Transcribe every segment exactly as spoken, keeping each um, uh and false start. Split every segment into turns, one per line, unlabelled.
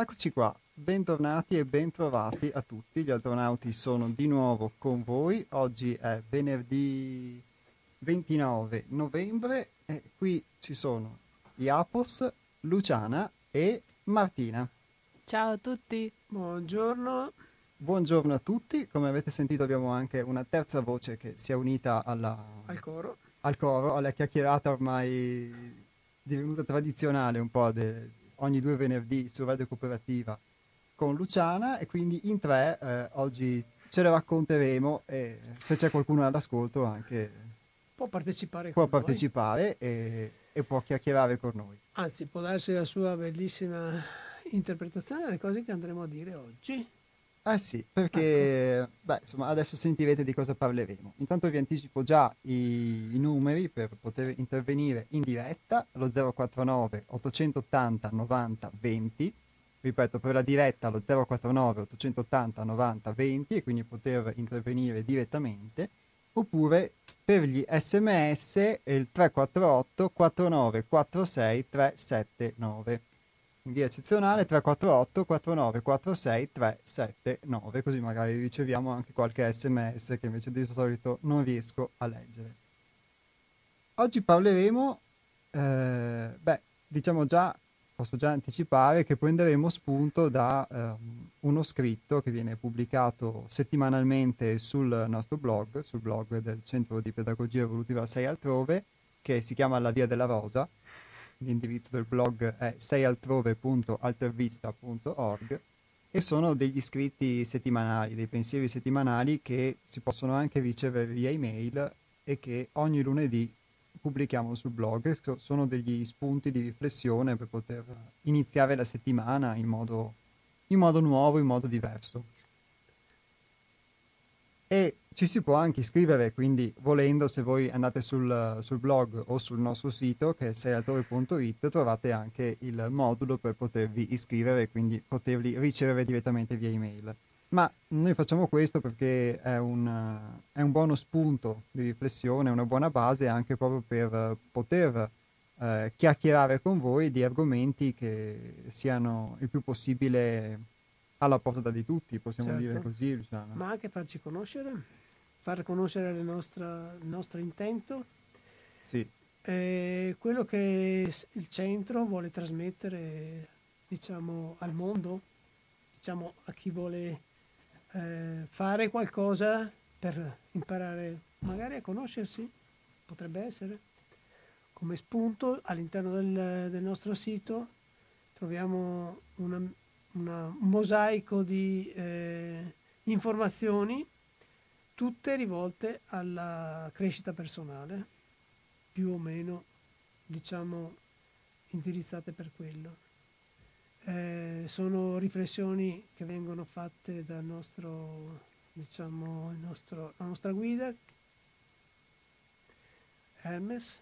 Eccoci qua, bentornati e bentrovati a tutti. Gli astronauti sono di nuovo con voi. Oggi è venerdì ventinove novembre e qui ci sono Iapos, Luciana e Martina.
Ciao a tutti.
Buongiorno.
Buongiorno a tutti, come avete sentito abbiamo anche una terza voce che si è unita alla,
Al coro.
al coro, alla chiacchierata ormai divenuta tradizionale un po' de- ogni due venerdì su Radio Cooperativa con Luciana, e quindi in tre eh, oggi ce le racconteremo e se c'è qualcuno all'ascolto anche
Può partecipare
può
con noi,
partecipare e, e può chiacchierare con noi.
anzi può darsi la sua bellissima interpretazione delle cose che andremo a dire oggi.
Eh sì,
Ecco,
perché beh, insomma, adesso sentirete di cosa parleremo. Intanto vi anticipo già i, i numeri per poter intervenire in diretta: lo zero quattro nove ottocentottanta novanta venti, ripeto, per la diretta lo zero quattro nove ottocentottanta novanta venti, e quindi poter intervenire direttamente, oppure per gli sms il tre quattro otto quattro nove quattro sei tre sette nove. In via eccezionale tre quattro otto quattro nove quattro sei tre sette nove, così magari riceviamo anche qualche sms che invece di solito non riesco a leggere. Oggi parleremo, eh, beh, diciamo già, posso già anticipare che prenderemo spunto da ehm, uno scritto che viene pubblicato settimanalmente sul nostro blog, sul blog del Centro di Pedagogia Evolutiva sei altrove, che si chiama La Via della Rosa. L'indirizzo del blog è seialtrove punto altervista punto org e sono degli scritti settimanali, dei pensieri settimanali che si possono anche ricevere via email e che ogni lunedì pubblichiamo sul blog. So- Sono degli spunti di riflessione per poter iniziare la settimana in modo, in modo nuovo, in modo diverso. E ci si può anche iscrivere, quindi volendo, se voi andate sul, sul blog o sul nostro sito che è seialtrove punto it, trovate anche il modulo per potervi iscrivere e quindi poterli ricevere direttamente via email. Ma noi facciamo questo perché è un, è un buono spunto di riflessione, una buona base anche proprio per poter eh, chiacchierare con voi di argomenti che siano il più possibile alla portata di tutti, possiamo dire
certo,
così, Luciana.
ma anche farci conoscere, far conoscere le nostra- il nostro intento,
Sì,
e quello che s- il centro vuole trasmettere, diciamo, al mondo, diciamo, a chi vuole eh, fare qualcosa per imparare magari a conoscersi, potrebbe essere. Come spunto all'interno del, del nostro sito troviamo una- una- un mosaico di eh, informazioni, tutte rivolte alla crescita personale, più o meno, diciamo, indirizzate per quello. Eh, sono riflessioni che vengono fatte dal nostro, diciamo, il nostro- la nostra guida, Hermes,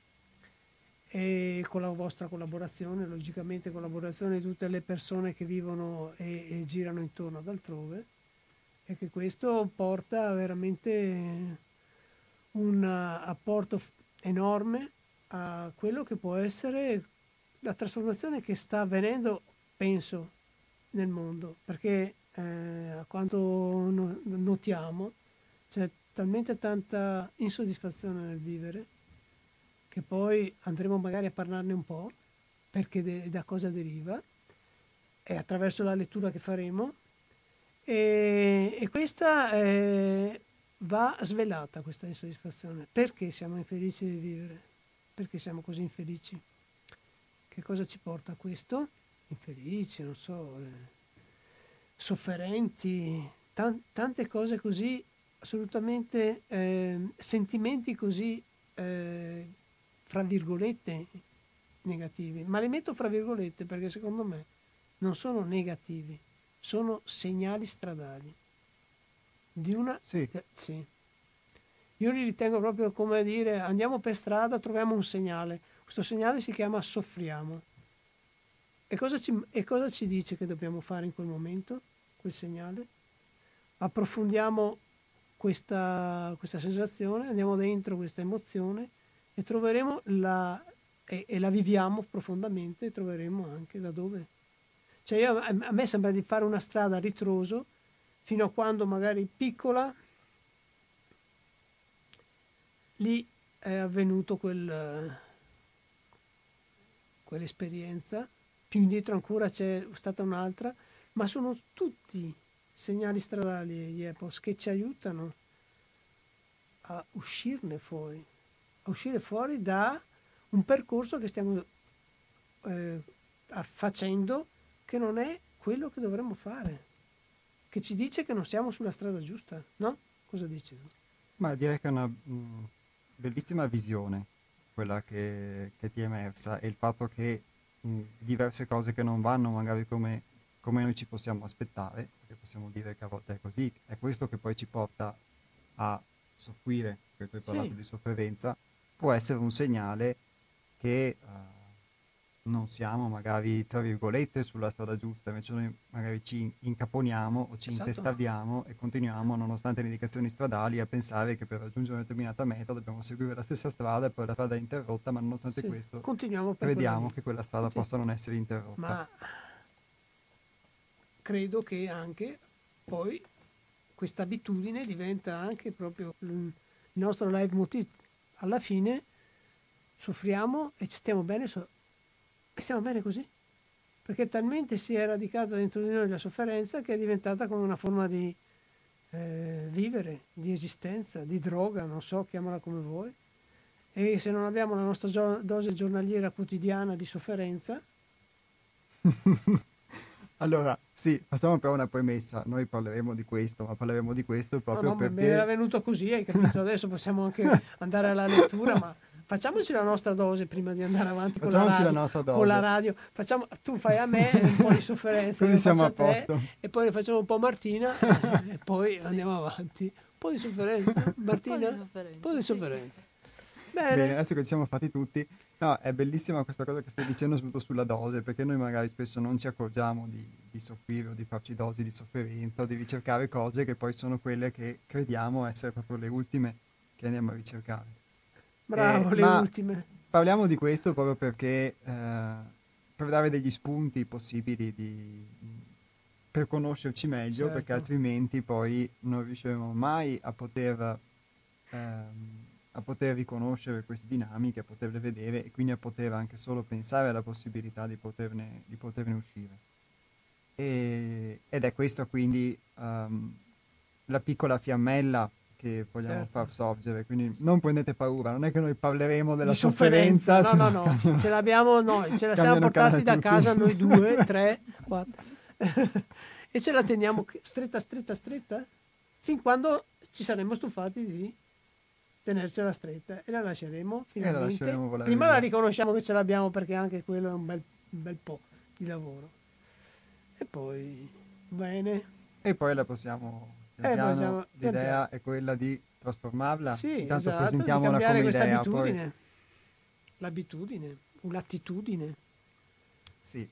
e con la vostra collaborazione, logicamente collaborazione di tutte le persone che vivono e, e girano intorno ad altrove, e che questo porta veramente un uh, apporto f- enorme a quello che può essere la trasformazione che sta avvenendo, penso, nel mondo, perché eh, a quanto no- notiamo c'è talmente tanta insoddisfazione nel vivere, che poi andremo magari a parlarne un po', perché de- da cosa deriva, e attraverso la lettura che faremo, e, e questa eh, va svelata, questa insoddisfazione. Perché siamo infelici di vivere? Perché siamo così infelici? Che cosa ci porta a questo? Infelici, non so, eh, sofferenti, tan- tante cose così, assolutamente, eh, sentimenti così, eh, fra virgolette, negativi. Ma li metto fra virgolette perché secondo me non sono negativi, sono segnali stradali di una...
sì,
eh, sì. Io li ritengo proprio come dire, andiamo per strada, troviamo un segnale. Questo segnale si chiama soffriamo. E cosa ci, e cosa ci dice che dobbiamo fare in quel momento, quel segnale? Approfondiamo questa, questa sensazione, andiamo dentro questa emozione e troveremo la, e, e la viviamo profondamente, e troveremo anche da dove, Cioè io, a a me sembra di fare una strada a ritroso fino a quando magari piccola lì è avvenuto quel, quell'esperienza, più indietro ancora c'è stata un'altra, ma sono tutti segnali stradali gli EPOS che ci aiutano a uscirne fuori, a uscire fuori da un percorso che stiamo eh, facendo, che non è quello che dovremmo fare, che ci dice che non siamo sulla strada giusta, no? Cosa dici?
Ma direi che è una mh, bellissima visione quella che, che ti è emersa e il fatto che mh, diverse cose che non vanno magari come, come noi ci possiamo aspettare, perché possiamo dire che a volte è così, è questo che poi ci porta a soffrire, perché tu hai parlato
Sì,
di sofferenza, può essere un segnale che eh, non siamo magari, tra virgolette, sulla strada giusta, invece noi magari ci incaponiamo o ci
esatto.
intestardiamo e continuiamo, nonostante le indicazioni stradali, a pensare che per raggiungere una determinata meta dobbiamo seguire la stessa strada e poi la strada è interrotta, ma nonostante
Sì,
questo
continuiamo per quella
crediamo
lì.
che quella strada
Sì.
possa non essere interrotta.
Ma credo che anche poi questa abitudine diventa anche proprio il nostro leitmotiv. Alla fine soffriamo e ci stiamo bene, so- e stiamo bene così, perché talmente si è radicata dentro di noi la sofferenza che è diventata come una forma di eh, vivere, di esistenza, di droga, non so, chiamala come vuoi. E se non abbiamo la nostra gio- dose giornaliera quotidiana di sofferenza,
Allora, sì, facciamo però una premessa, noi parleremo di questo, ma parleremo di questo
no,
proprio
no, ma me era
perché
venuto così, hai capito? Adesso possiamo anche andare alla lettura, ma facciamoci la nostra dose prima di andare avanti con la
facciamoci la
radio.
nostra
Con la
dose,
radio. Facciamo, tu fai a me un po' di sofferenza,
così
io
siamo
faccio
a
a te,
posto.
e poi ne facciamo un po' a Martina, eh, e poi
Sì,
andiamo avanti. Un po' di sofferenza,
un po'
Martina?
di
Un po'
sofferenza,
di
sì.
sofferenza.
Bene,
Bene,
adesso che ci siamo fatti tutti, no, è bellissima questa cosa che stai dicendo soprattutto sulla dose, perché noi magari spesso non ci accorgiamo di, di soffrire o di farci dosi di sofferenza o di ricercare cose che poi sono quelle che crediamo essere proprio le ultime che andiamo a ricercare. Eh,
bravo, le
ma
ultime.
parliamo di questo proprio perché eh, per dare degli spunti possibili di, per conoscerci meglio, perché
Certo.
altrimenti poi non riusciremo mai a poter ehm, a poter riconoscere queste dinamiche, a poterle vedere e quindi a poter anche solo pensare alla possibilità di poterne, di poterne uscire. E- ed è questo quindi ehm, la piccola fiammella che vogliamo
Certo.
far sorgere, quindi non prendete paura, non è che noi parleremo della
Di sofferenza,
sofferenza,
no,
se
no,
no
no, ce
cambiano,
l'abbiamo noi, ce la siamo
cambiano
portati
canale
da
tutti.
casa noi due, tre, quattro, e ce la teniamo stretta, stretta, stretta, fin quando ci saremo stufati di tenercela stretta e la lasceremo
E la
finalmente.
lasceremo volare
Prima la
via.
riconosciamo che ce l'abbiamo perché anche quello è un bel, un bel po' di lavoro. E poi, bene,
E poi la possiamo, pian
e
piano,
facciamo pian piano.
l'idea è quella di trasformarla.
Sì,
Intanto
esatto, di
presentiamola
cambiare
come
questa
idea, poi
abitudine, l'abitudine, un'attitudine.
sì.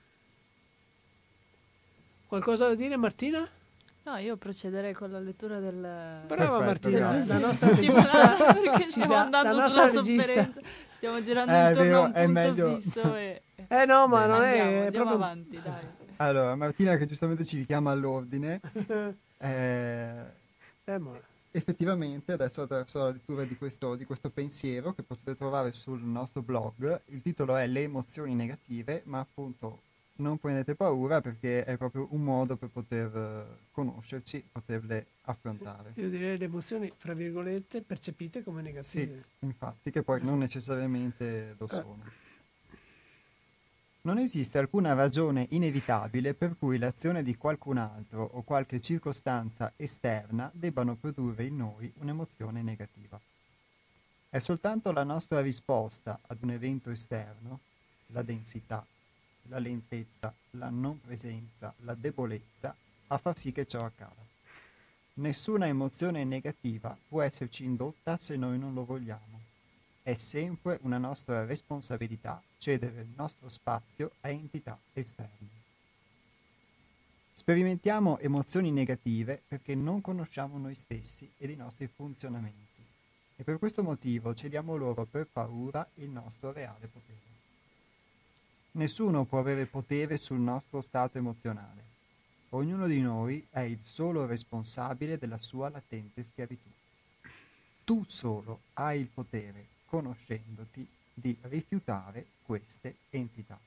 Qualcosa da dire, Martina?
No, io procederei con la lettura del,
Brava
Perfetto,
Martina,
della
la
grazie.
nostra
settimana
regista
perché
ci
stiamo
dà, la
andando
nostra
sulla
regista.
sofferenza, stiamo girando
Eh, è
intorno a
vero,
un
è
punto
meglio.
fisso e
Eh no, ma
Bene.
non
andiamo,
è, è
andiamo
proprio...
avanti, dai.
Allora, Martina che giustamente ci richiama all'ordine, eh,
Eh, ma...
effettivamente adesso attraverso la lettura di questo, di questo pensiero che potete trovare sul nostro blog, il titolo è Le emozioni negative, ma appunto non prendete paura perché è proprio un modo per poter eh, conoscerci, poterle affrontare.
Io direi le emozioni, fra virgolette, percepite come
Sì,
negative.
infatti, che poi non necessariamente lo
Eh,
sono. Non esiste alcuna ragione inevitabile per cui l'azione di qualcun altro o qualche circostanza esterna debbano produrre in noi un'emozione negativa. È soltanto la nostra risposta ad un evento esterno, la densità, la lentezza, la non presenza, la debolezza, a far sì che ciò accada. Nessuna emozione negativa può esserci indotta se noi non lo vogliamo. È sempre una nostra responsabilità cedere il nostro spazio a entità esterne. Sperimentiamo emozioni negative perché non conosciamo noi stessi ed i nostri funzionamenti e per questo motivo cediamo loro per paura il nostro reale potere. Nessuno può avere potere sul nostro stato emozionale. Ognuno di noi è il solo responsabile della sua latente schiavitù. Tu solo hai il potere, conoscendoti, di rifiutare queste entità.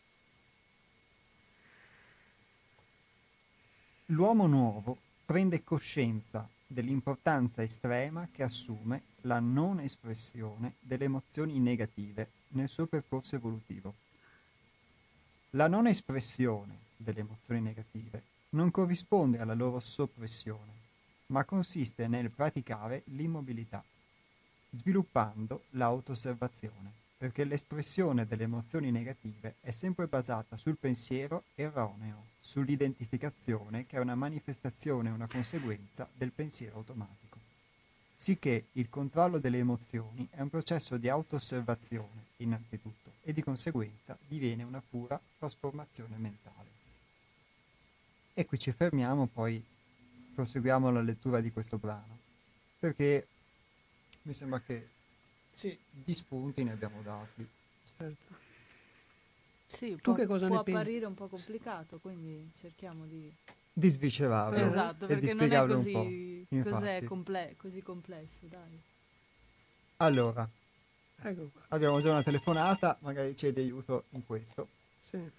L'uomo nuovo prende coscienza dell'importanza estrema che assume la non espressione delle emozioni negative nel suo percorso evolutivo. La non espressione delle emozioni negative non corrisponde alla loro soppressione, ma consiste nel praticare l'immobilità, sviluppando l'autosservazione, perché l'espressione delle emozioni negative è sempre basata sul pensiero erroneo, sull'identificazione che è una manifestazione e una conseguenza del pensiero automatico. Sicché il controllo delle emozioni è un processo di auto-osservazione, innanzitutto, e di conseguenza diviene una pura trasformazione mentale. E qui ci fermiamo, poi proseguiamo la lettura di questo brano, perché mi sembra che
Sì,
di spunti ne abbiamo dati.
certo.
Sì,
Tu
può,
che cosa
può
ne pensi?
apparire un po' complicato, quindi cerchiamo di...
Di sviscerarlo
Esatto,
e di
perché non è
spiegarlo un po'.
così, cos'è
Infatti.
comple- così complesso, dai.
Allora,
Ecco qua.
abbiamo già una telefonata, magari ci hai di aiuto in questo.
Sì.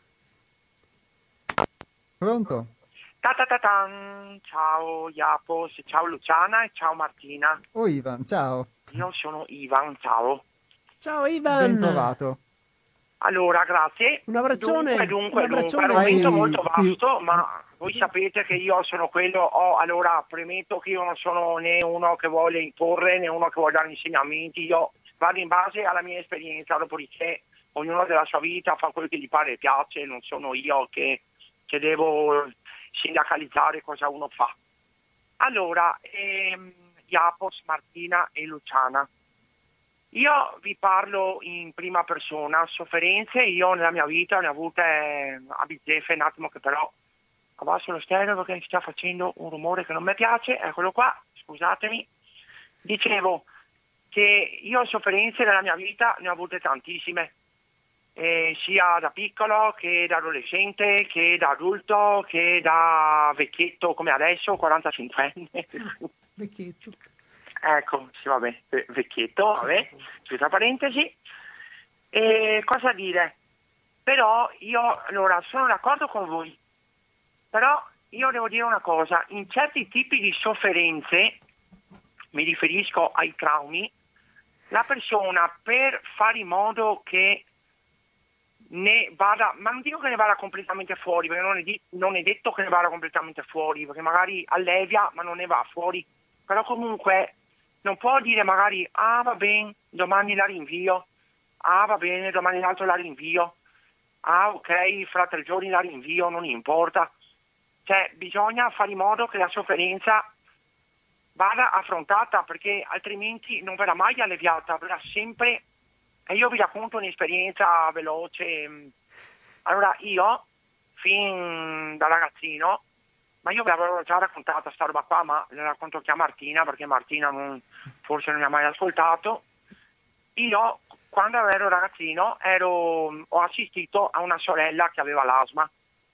Pronto?
Ta ta ta tan. Ciao Iapos, ciao Luciana e ciao Martina.
Oh Ivan, ciao.
Io sono Ivan, ciao.
Ciao
Ben
Ivan!
trovato.
Allora, grazie.
Un abbraccione,
Dunque, dunque,
un
dunque,
abbraccione.
argomento
Hai,
molto
sì,
vasto, ma voi sapete che io sono quello, oh, allora premetto che io non sono né uno che vuole imporre né uno che vuole dare insegnamenti, io vado in base alla mia esperienza, dopodiché ognuno della sua vita fa quello che gli pare e piace, non sono io che, che devo sindacalizzare cosa uno fa. Allora, ehm, Iapos, Martina e Luciana. Io vi parlo in prima persona, sofferenze, io nella mia vita ne ho avute a bizzeffe, un attimo che però abbasso lo stereo perché mi sta facendo un rumore che non mi piace, eccolo qua, scusatemi. Dicevo che io sofferenze nella mia vita ne ho avute tantissime, eh, sia da piccolo che da adolescente, che da adulto, che da vecchietto come adesso, quarantacinquenne.
Vecchietto.
Ecco, sì, vabbè, ve- vecchietto, vabbè, chiusa parentesi. E cosa dire? Però io, allora, sono d'accordo con voi, però io devo dire una cosa, in certi tipi di sofferenze, mi riferisco ai traumi, la persona per fare in modo che ne vada, ma non dico che ne vada completamente fuori, perché non è, di- non è detto che ne vada completamente fuori, perché magari allevia ma non ne va fuori, però comunque non può dire magari ah va bene, domani la rinvio, ah va bene, domani l'altro la rinvio, ah ok, fra tre giorni la rinvio, non importa. Cioè bisogna fare in modo che la sofferenza vada affrontata, perché altrimenti non verrà mai alleviata, verrà sempre. E io vi racconto un'esperienza veloce. Allora io, fin da ragazzino, ma io ve l'avevo già raccontata sta roba qua, ma la racconto anche a Martina, perché Martina non, forse non mi ha mai ascoltato. Io, quando ero ragazzino, ero, ho assistito a una sorella che aveva l'asma,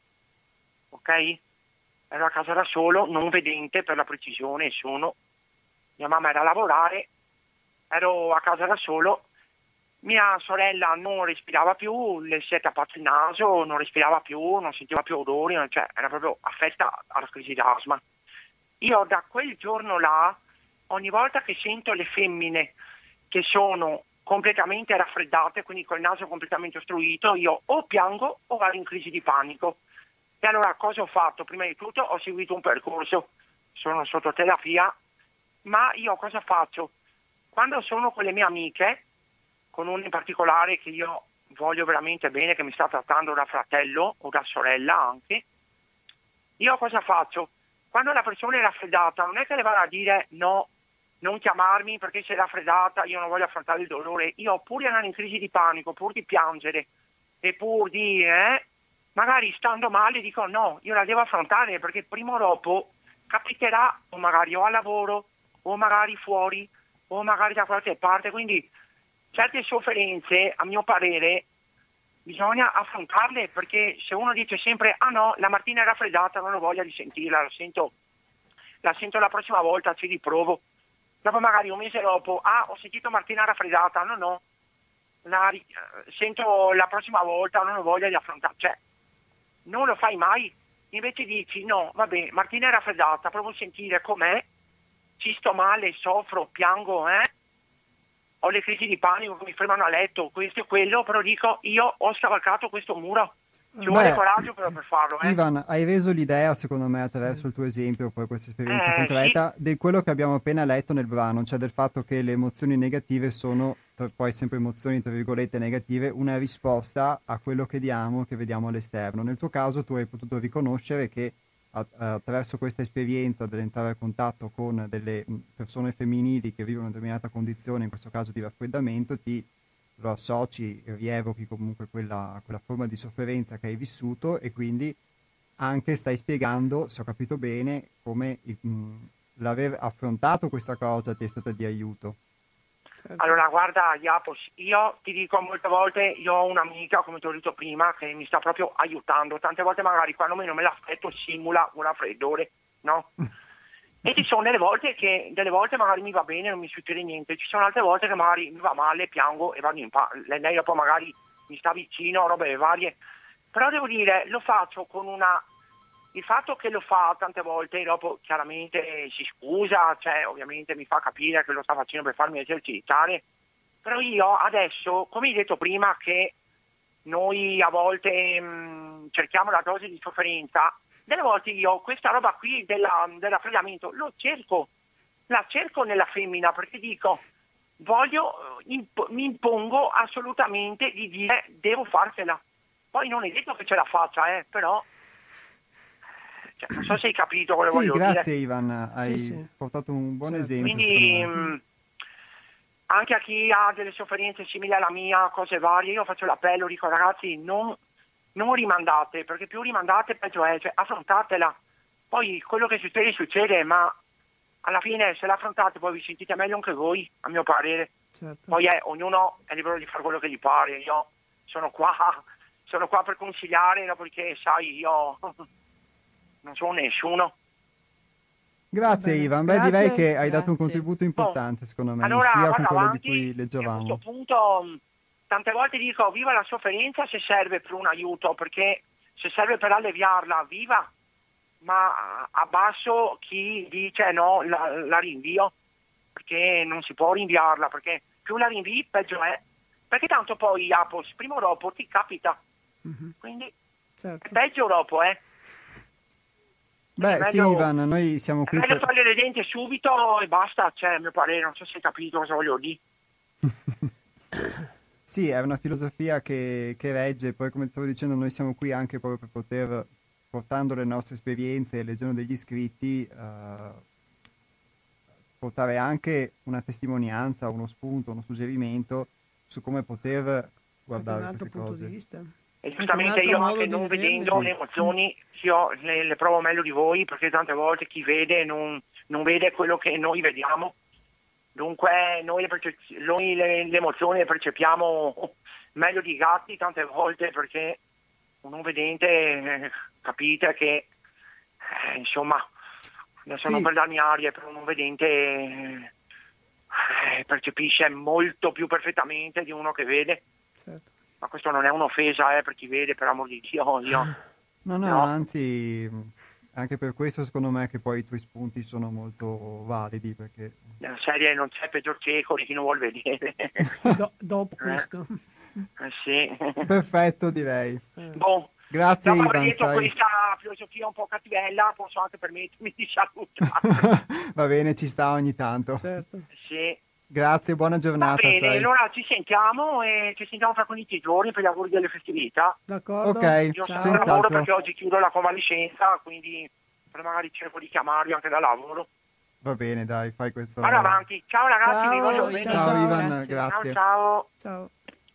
ok? Ero a casa da solo, non vedente per la precisione, sono. Mia mamma era a lavorare, ero a casa da solo. Mia sorella non respirava più, le si è tappato il naso, non respirava più, non sentiva più odori, cioè era proprio affetta alla crisi d'asma. Io da quel giorno là, ogni volta che sento le femmine che sono completamente raffreddate, quindi col naso completamente ostruito, io o piango o vado in crisi di panico. E allora cosa ho fatto? Prima di tutto ho seguito un percorso, sono sotto terapia, ma io cosa faccio? Quando sono con le mie amiche, con una in particolare che io voglio veramente bene, che mi sta trattando da fratello o da sorella anche, io cosa faccio? Quando la persona è raffreddata non è che le vado a dire no, non chiamarmi perché sei raffreddata, io non voglio affrontare il dolore, io pur di andare in crisi di panico, pur di piangere e pur di, eh, magari stando male dico no, io la devo affrontare perché prima o dopo capiterà o magari o al lavoro o magari fuori o magari da qualche parte, quindi certe sofferenze, a mio parere, bisogna affrontarle, perché se uno dice sempre ah no, la mattina è raffreddata, non ho voglia di sentirla, la sento, la sento la prossima volta, ci riprovo. Dopo magari un mese dopo, ah ho sentito mattina raffreddata, no no, la, sento la prossima volta, non ho voglia di affrontare, cioè non lo fai mai, invece dici no, vabbè, mattina è raffreddata, provo a sentire com'è, ci sto male, soffro, piango, eh? Ho le crisi di panico che mi fermano a letto, questo e quello, però dico io ho scavalcato questo muro. Ci vuole
Beh,
coraggio però per farlo. Eh?
Ivan, hai reso l'idea, secondo me, attraverso il tuo esempio, poi questa esperienza
Eh,
concreta, di quello che abbiamo appena letto nel brano, cioè del fatto che le emozioni negative sono, tra- poi sempre emozioni, tra virgolette, negative, una risposta a quello che diamo, che vediamo all'esterno. Nel tuo caso tu hai potuto riconoscere che a- attraverso questa esperienza dell'entrare a contatto con delle mh, persone femminili che vivono una determinata condizione, in questo caso di raffreddamento, ti lo associ, rievochi comunque quella, quella forma di sofferenza che hai vissuto e quindi anche stai spiegando, se ho capito bene, come il- mh, l'aver affrontato questa cosa ti è stata di aiuto.
Allora guarda Iapos, io ti dico molte volte, io ho un'amica, come ti ho detto prima, che mi sta proprio aiutando, tante volte magari quando non me l'aspetto simula un raffreddore, no? E ci sono delle volte che delle volte magari mi va bene, non mi succede niente, ci sono altre volte che magari mi va male, piango e vado in pa- lei dopo magari mi sta vicino, robe varie, però devo dire, lo faccio con una, il fatto che lo fa tante volte dopo chiaramente si scusa, cioè ovviamente mi fa capire che lo sta facendo per farmi esercitare, però io adesso, come hai detto prima che noi a volte mh, cerchiamo la dose di sofferenza, delle volte io questa roba qui della, dell'affreddamento lo cerco, la cerco nella femmina perché dico, voglio, imp- mi impongo assolutamente di dire devo farcela. Poi non è detto che ce la faccia, eh, però cioè, non so se hai capito quello che
Sì,
voglio
grazie
dire.
Ivan,
Sì,
hai
sì.
portato un buon
Certo.
esempio
Quindi
secondo me.
mh, anche a chi ha delle sofferenze simili alla mia, cose varie, io faccio l'appello, dico ragazzi non, non rimandate, perché più rimandate peggio è, cioè affrontatela. Poi quello che succede succede, ma alla fine se l'affrontate poi vi sentite meglio anche voi, a mio parere.
Certo.
Poi è, ognuno è libero di fare quello che gli pare, io sono qua, sono qua per consigliare, no, perché sai, io non sono nessuno.
Grazie
bene.
Ivan, beh
Grazie.
direi che hai dato un
Grazie.
contributo importante secondo me,
Allora
sia con
vado
quello di
avanti,
cui
a questo
leggevamo.
punto mh, tante volte dico viva la sofferenza se serve per un aiuto, perché se serve per alleviarla, viva, ma abbasso chi dice no, la, la rinvio, perché non si può rinviarla, perché più la rinvii peggio è, perché tanto poi Apos, prima o dopo ti capita,
Mhm.
quindi è
Certo.
peggio dopo, eh. Quindi
Beh
è
sì
meglio,
Ivan, noi siamo
è
qui
meglio
per...
togliere le denti subito e basta, cioè a mio parere, non so se hai capito cosa voglio dire.
Sì, è una filosofia che, che regge, poi come ti stavo dicendo noi siamo qui anche proprio per poter, portando le nostre esperienze e leggendo degli scritti, eh, portare anche una testimonianza, uno spunto, uno suggerimento su come poter
Anche un
guardare
altro
queste
punto di
cose.
vista.
E
Anche un
giustamente
altro
io
modo
anche
di
non
vederle.
vedendo
Sì.
le emozioni, io le, le provo meglio di voi, perché tante volte chi vede non, non vede quello che noi vediamo. Dunque noi, le, percep- noi le, le emozioni le percepiamo meglio di gatti tante volte, perché un non vedente eh, capite che eh, insomma adesso non
Sì,
per darmi arie, però un non vedente eh, percepisce molto più perfettamente di uno che vede.
Certo.
Ma questo non è un'offesa eh, per chi vede, per amor di Dio, io
no, no,
no.
anzi, anche per questo secondo me che poi i tuoi spunti sono molto validi, perché...
Nella serie non c'è peggior cieco di chi non vuol vedere.
Do- dopo
Eh,
questo.
eh sì.
Perfetto, direi.
Eh,
Boh,
Grazie
dopo aver
Ivan,
detto
sai.
questa filosofia un po' cattivella, posso anche permettermi di salutare.
Va bene, ci sta ogni tanto.
certo.
Sì.
Grazie, buona
Va
giornata,
bene,
sai.
allora ci sentiamo e ci sentiamo fra quindici giorni per gli auguri delle festività.
D'accordo?
Ok,
Io sono
Ciao.
al lavoro
senz'altro.
perché oggi chiudo la convalescenza, quindi poi magari cerco di chiamarvi anche da lavoro.
Va bene, dai, fai questo.
Vado avanti. Ciao ragazzi, vi
Ciao.
voglio
Ciao
bene.
Ivan.
Ciao Ivan,
Grazie.
Ciao
grazie.
ciao.
Ciao.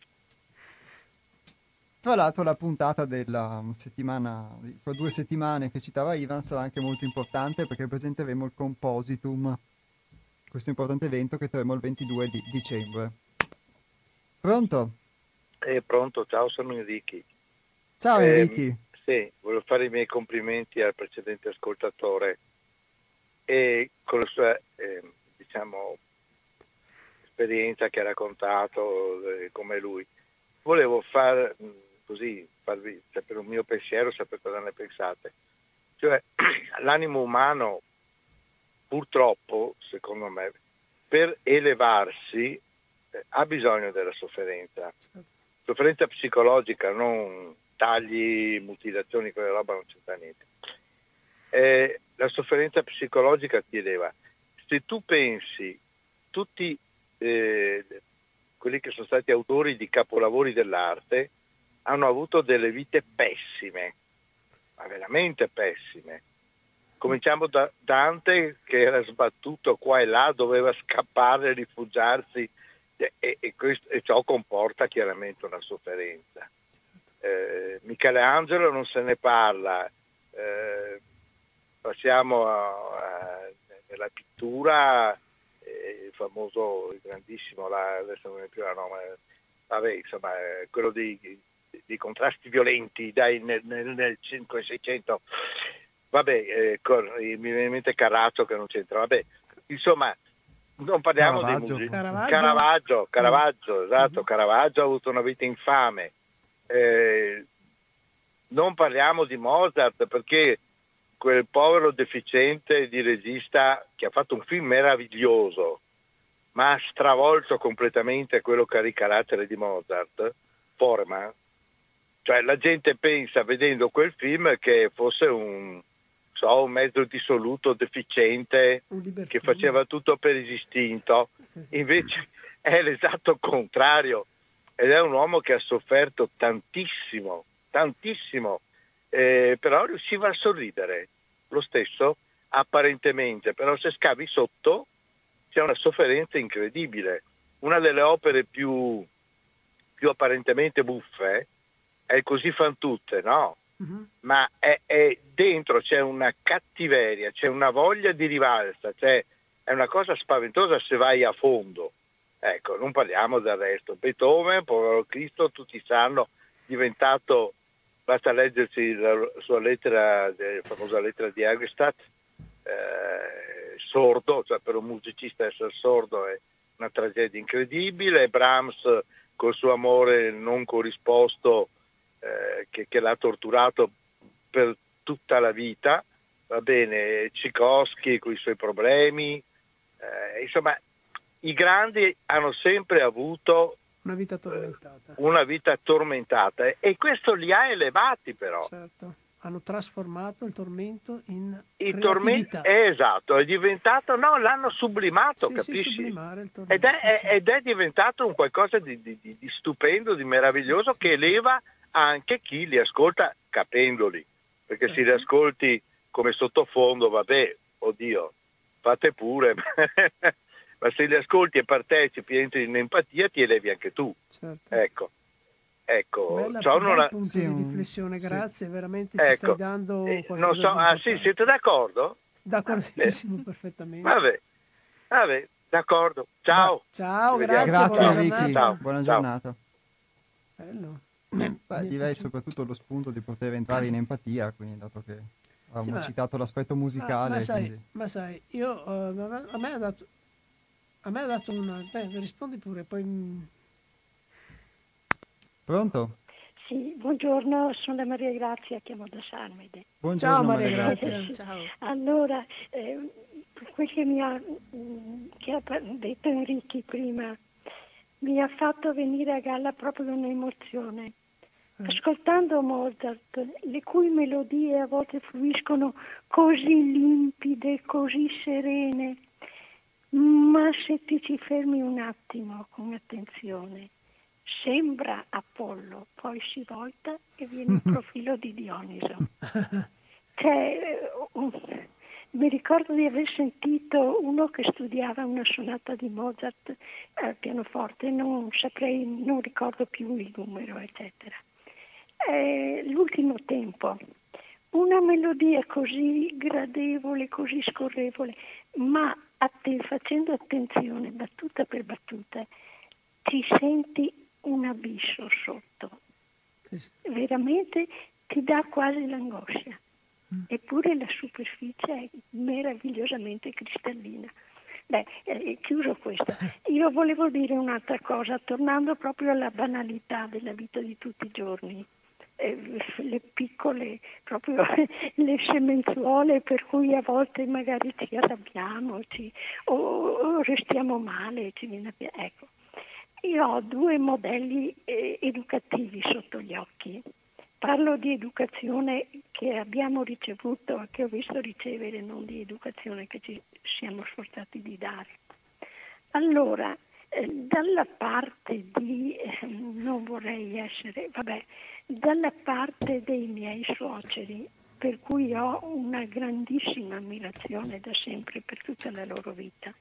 Tra l'altro la puntata della settimana, di fra due settimane che citava Ivan sarà anche molto importante perché presenteremo il Compositum, questo importante evento che terremo il ventidue di dicembre. Pronto?
Eh, pronto, ciao, sono Enrichi.
Ciao
Eh,
Enrichi.
Sì, volevo fare i miei complimenti al precedente ascoltatore e con la sua, eh, diciamo, esperienza che ha raccontato, eh, come lui. Volevo far mh, così, farvi sapere un mio pensiero, sapere cosa ne pensate. Cioè, l'animo umano, purtroppo, secondo me, per elevarsi eh, ha bisogno della sofferenza. Sofferenza psicologica, non tagli, mutilazioni, quella roba non c'entra niente. Eh, la sofferenza psicologica ti eleva. Se tu pensi, tutti eh, quelli che sono stati autori di capolavori dell'arte hanno avuto delle vite pessime, ma veramente pessime. Cominciamo da Dante, che era sbattuto qua e là, doveva scappare, rifugiarsi, e, e, questo, e ciò comporta chiaramente una sofferenza. Eh, Michelangelo non se ne parla, eh, passiamo a, a, nella pittura, eh, il famoso, il grandissimo, la, adesso non è più la nome, vabbè, insomma, eh, quello dei, dei contrasti violenti, dai, nel, nel, nel cinquecento seicento, vabbè, eh, con, mi viene in mente Carraccio che non c'entra, vabbè, insomma, non parliamo
Caravaggio,
dei musei.
Caravaggio?
Caravaggio, Caravaggio, esatto,
Mhm.
Caravaggio ha avuto una vita infame. Eh, non parliamo di Mozart, perché quel povero deficiente di regista che ha fatto un film meraviglioso, ma ha stravolto completamente quello che era il carattere di Mozart, Forma. Cioè la gente pensa, vedendo quel film, che fosse un, so, un mezzo dissoluto, deficiente,
Un
che
libertino.
faceva tutto per istinto.
Sì, sì.
Invece è l'esatto contrario, ed è un uomo che ha sofferto tantissimo, tantissimo, eh, però riusciva a sorridere lo stesso, apparentemente, però se scavi sotto c'è una sofferenza incredibile. Una delle opere più, più apparentemente buffe è il Così fan tutte, no?
Mhm.
Ma è, è dentro c'è una cattiveria, c'è una voglia di rivalsa, c'è, è una cosa spaventosa se vai a fondo. Ecco, non parliamo del resto. Beethoven, povero Cristo, tutti sanno, diventato, basta leggersi la sua lettera, la famosa lettera di Argestadt, eh, sordo, cioè per un musicista essere sordo è una tragedia incredibile. Brahms col suo amore non corrisposto, eh, che, che l'ha torturato per tutta la vita, va bene, Tchaikovsky con i suoi problemi, eh, insomma i grandi hanno sempre avuto
Una vita tormentata.
una vita tormentata e questo li ha elevati però.
Certo. Hanno trasformato il tormento in
Il tormento
creatività.
è esatto, è diventato, no, l'hanno sublimato,
Sì, sì,
capisci?
sublimare il
Ed
tormento.
è, è-
certo.
ed è diventato un qualcosa di, di- di- di stupendo, di meraviglioso,
Sì,
che
sì,
eleva anche chi li ascolta capendoli, perché se li
Certo.
ascolti come sottofondo, vabbè, oddio, fate pure, ma se li ascolti e partecipi, entri in empatia, ti elevi anche tu.
certo.
Ecco, ecco,
Bella,
ciò
bel
non ha-
punto
Sì,
di
un-
riflessione,
sì.
grazie, veramente ci stai
ecco,
dando
eh, non
qualcosa
so,
di
ah sì,
importante.
siete d'accordo?
D'accordissimo,
Vabbè.
perfettamente.
Vabbè, vabbè, d'accordo.
Beh,
Ciao.
ciao,
Ci vediamo.
grazie,
Grazie
buona
Ciao.
Enrichi,
giornata.
Ciao.
buona
Ciao.
giornata.
Bello.
Beh,
Mi è
direi
piaciuto.
soprattutto lo spunto di poter entrare in empatia, quindi dato che
Sì,
avevamo
ma,
citato l'aspetto
ma-
musicale,
ma sai,
quindi...
ma sai, io, eh, a a me ha dato, a me ha dato una... Beh, rispondi pure, poi... mm,
Pronto?
Sì, buongiorno, sono Maria Grazia, chiamo da Sarmede.
Ciao
Buongiorno
Maria
Maria Grazia.
Grazia.
Ciao.
Allora, eh, quel che mi ha, mm, che ha par- detto Enrichi prima, mi ha fatto venire a galla proprio un'emozione. Ascoltando Mozart, le cui melodie a volte fluiscono così limpide, così serene, ma se ti ci fermi un attimo con attenzione, sembra Apollo, poi si volta e viene il profilo di Dioniso. Cioè, un- mi ricordo di aver sentito uno che studiava una sonata di Mozart al pianoforte, non saprei, non ricordo più il numero, eccetera. Eh, l'ultimo tempo, una melodia così gradevole, così scorrevole, ma atten- facendo attenzione battuta per battuta, ti senti una abisso sotto,
Eh sì.
veramente ti dà quasi l'angoscia,
Mm.
eppure la superficie è meravigliosamente cristallina. Beh, eh, chiuso questo, io volevo dire un'altra cosa, tornando proprio alla banalità della vita di tutti i giorni. Eh, le piccole, proprio le semenzuole per cui a volte magari ci arrabbiamo ci, o, o restiamo male, ci viene a- ecco. Io ho due modelli eh, educativi sotto gli occhi. Parlo di educazione che abbiamo ricevuto, che ho visto ricevere, non di educazione che ci siamo sforzati di dare. Allora, eh, dalla parte di, eh, non vorrei essere, vabbè, dalla parte dei miei suoceri, per cui ho una grandissima ammirazione da sempre per tutta la loro vita,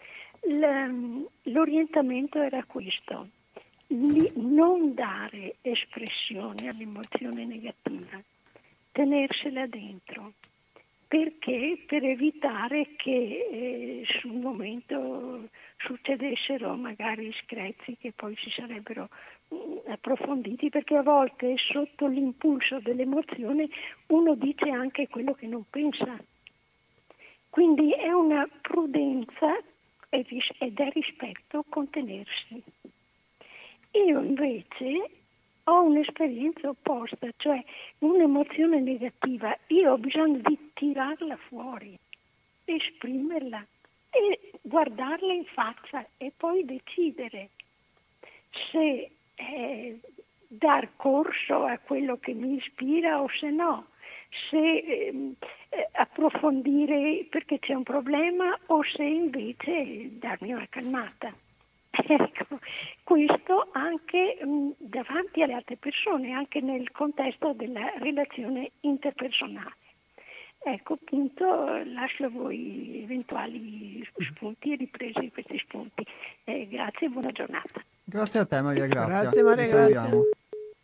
L- l'orientamento era questo: Li- non dare espressione all'emozione negativa, tenersela dentro. Perché? Per evitare che eh, sul momento succedessero magari screzi che poi si sarebbero mh, approfonditi, perché a volte sotto l'impulso dell'emozione uno dice anche quello che non pensa. Quindi è una prudenza e ris- ed è rispetto contenersi. Io invece ho un'esperienza opposta, cioè un'emozione negativa, io ho bisogno di tirarla fuori, esprimerla e guardarla in faccia e poi decidere se eh, dar corso a quello che mi ispira o se no, se ehm, eh, approfondire perché c'è un problema o se invece darmi una calmata. Ecco, questo anche mh, davanti alle altre persone, anche nel contesto della relazione interpersonale. Ecco, appunto, lascio a voi eventuali spunti e riprese di questi spunti. Eh, grazie e buona giornata.
Grazie a te Maria Grazia.
Grazie Maria
Ritroviamo.
Grazia.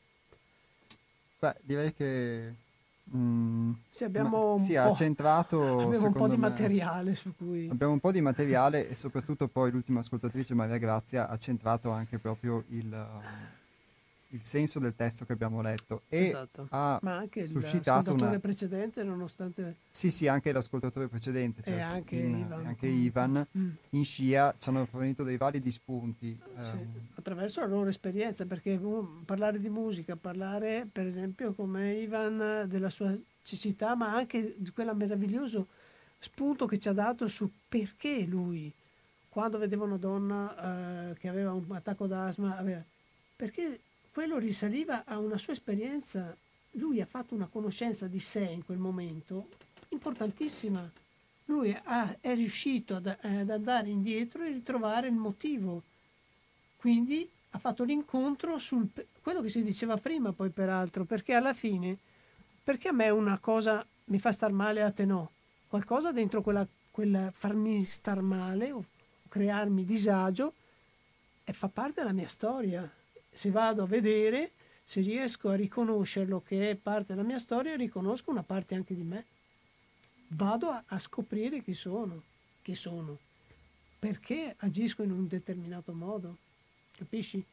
Beh, direi che mm,
Sì,
ma-
abbiamo un
sì, ha
po',
centrato,
abbiamo un po'
secondo
di
me,
materiale su cui...
abbiamo un po' di materiale e soprattutto poi l'ultima ascoltatrice Maria Grazia ha centrato anche proprio il, um, il senso del testo che abbiamo letto e
Esatto.
ha
Ma anche
suscitato
l'ascoltatore
una...
precedente, nonostante...
Sì, sì, anche l'ascoltatore precedente,
E
cioè
anche
in-
Ivan,
anche
comunque.
Ivan,
Mm.
in scia ci hanno fornito dei validi spunti.
Sì,
ehm,
attraverso la loro esperienza, perché uh, parlare di musica, parlare per esempio come Ivan della sua cecità, ma anche di quella meraviglioso spunto che ci ha dato su perché lui, quando vedeva una donna eh, che aveva un attacco d'asma, aveva, perché quello risaliva a una sua esperienza, lui ha fatto una conoscenza di sé in quel momento importantissima. Lui ha- è riuscito ad, ad andare indietro e ritrovare il motivo. Quindi ha fatto l'incontro sul quello che si diceva prima, poi peraltro, perché alla fine, perché a me una cosa mi fa star male e a te no? Qualcosa dentro quella, quella farmi star male o crearmi disagio e fa parte della mia storia. Se vado a vedere, se riesco a riconoscerlo che è parte della mia storia, riconosco una parte anche di me. Vado a, a scoprire chi sono, chi sono, perché agisco in un determinato modo. Capisci?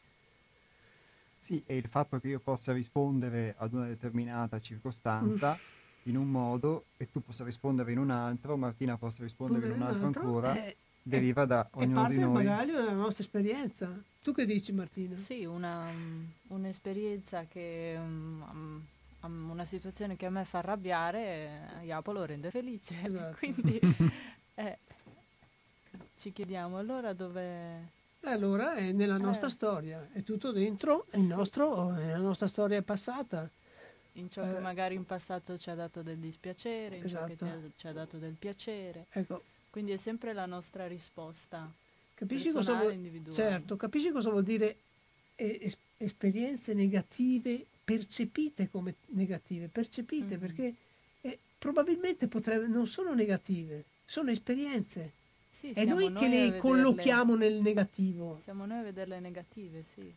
Sì, e il fatto che io possa rispondere ad una determinata circostanza in un modo e tu possa rispondere in un altro, Martina possa rispondere in
Pure
un
un
altro
altro
ancora,
è, è,
deriva da
è
ognuno di
parte del
noi.
bagaglio della nostra esperienza. Tu che dici, Martina?
Sì, una, mm, un'esperienza che, mm, mm, mm, una situazione che a me fa arrabbiare, eh, Iapo lo rende felice.
Esatto.
Quindi eh, ci chiediamo allora dove...
E allora è nella nostra
Eh,
storia, è tutto dentro
eh
il
sì,
nostro, è la nostra storia passata.
in ciò che
Eh,
magari in passato ci ha dato del dispiacere, in ciò che ti
esatto.
ha- ci ha dato del piacere.
Ecco,
Quindi è sempre la nostra risposta
capisci cosa
personale
vuol,
e individuale.
certo, capisci cosa vuol dire eh, es- esperienze negative percepite come negative, percepite
Mhm.
perché eh, probabilmente potrebbe, non sono negative, sono esperienze.
Sì,
È
siamo
noi che
noi a
le
vederle,
collochiamo nel negativo.
siamo noi a vederle negative, sì.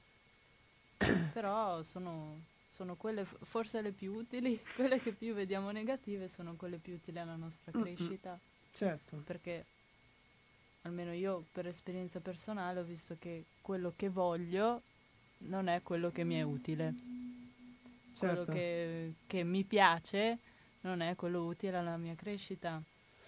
Però sono, sono quelle f- forse le più utili, quelle che più vediamo negative sono quelle più utili alla nostra
Mm-mm,
crescita,
certo.
perché almeno io per esperienza personale ho visto che quello che voglio non è quello che mi è utile.
Certo.
Quello che, che mi piace non è quello utile alla mia crescita.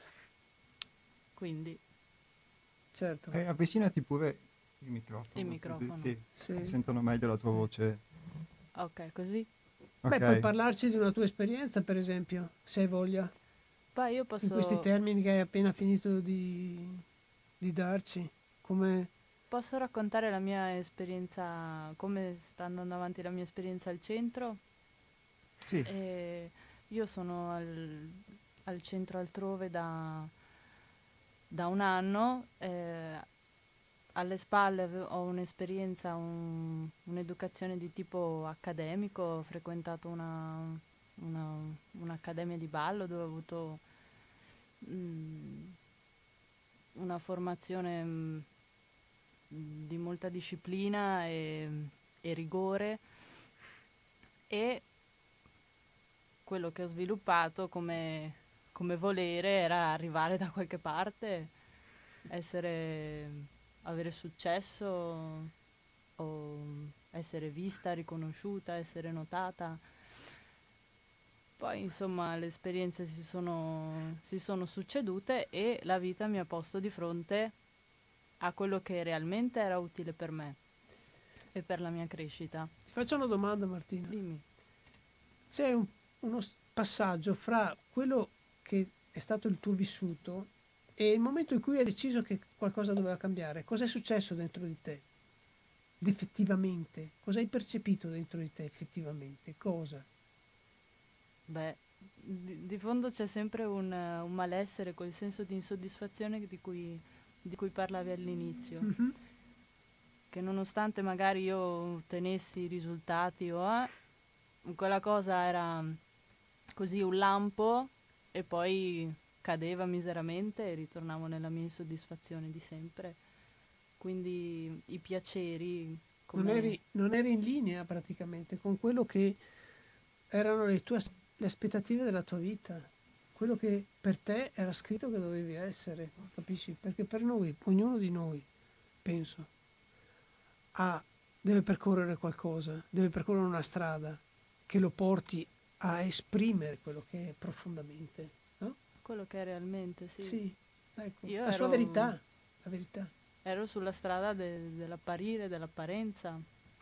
Quindi
Certo.
Eh, avvicinati pure il microfono.
il
così,
microfono.
sì,
Sì.
sentono meglio la tua voce.
Ok, così.
Beh,
Ok.
puoi parlarci di una tua esperienza, per esempio, se hai voglia,
Poi io
in questi
posso,
termini che hai appena finito di, di darci. Come...
posso raccontare la mia esperienza, come sta andando avanti la mia esperienza al centro.
Sì,
E io sono al, al centro altrove da, da un anno. eh, alle spalle ave- ho un'esperienza, un- un'educazione di tipo accademico. Ho frequentato una, una- un'accademia di ballo dove ho avuto mm, una formazione mm, di molta disciplina e, e rigore, e quello che ho sviluppato come, come volere era arrivare da qualche parte, essere, avere successo o essere vista, riconosciuta, essere notata. Poi insomma le esperienze si sono, si sono succedute e la vita mi ha posto di fronte a quello che realmente era utile per me e per la mia crescita.
Ti faccio una domanda, Martina.
Dimmi.
C'è un- uno s- passaggio fra quello che è stato il tuo vissuto e il momento in cui hai deciso che qualcosa doveva cambiare. Cosa è successo dentro di te? Effettivamente, cosa hai percepito dentro di te effettivamente? Cosa?
Beh, di, di fondo c'è sempre un, eh, un malessere, quel senso di insoddisfazione di cui, di cui parlavi all'inizio,
Mhm.
che nonostante magari io ottenessi i risultati o eh, quella cosa era così un lampo e poi cadeva miseramente e ritornavo nella mia insoddisfazione di sempre. Quindi i piaceri,
Non
come
eri, non eri in linea praticamente con quello che erano le tue as- le aspettative della tua vita, quello che per te era scritto che dovevi essere, capisci? Perché per noi, ognuno di noi, penso, ha, deve percorrere qualcosa, deve percorrere una strada che lo porti a esprimere quello che è profondamente, no?
quello che è realmente, sì.
Sì, ecco,
Io
la sua
ero,
verità, la verità.
ero sulla strada de- dell'apparire, dell'apparenza,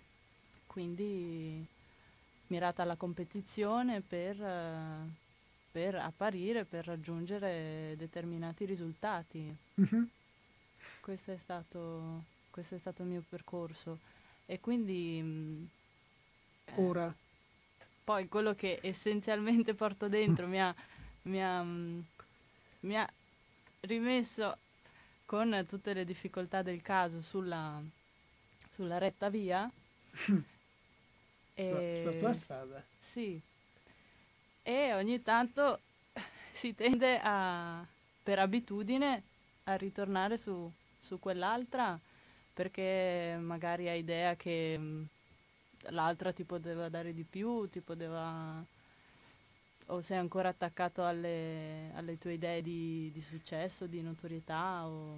quindi mirata alla competizione per, eh, per apparire, per raggiungere determinati risultati.
Mhm.
Questo è stato, questo è stato il mio percorso. E quindi mh,
Ora,
poi quello che essenzialmente porto dentro mi ha, mi ha, mh, mi ha rimesso con tutte le difficoltà del caso sulla, sulla retta via.
sulla, sulla tua
E
strada.
sì, e ogni tanto si tende a, per abitudine, a ritornare su, su quell'altra perché magari hai idea che mh, l'altra ti poteva dare di più, ti poteva, o sei ancora attaccato alle, alle tue idee di, di successo, di notorietà, o,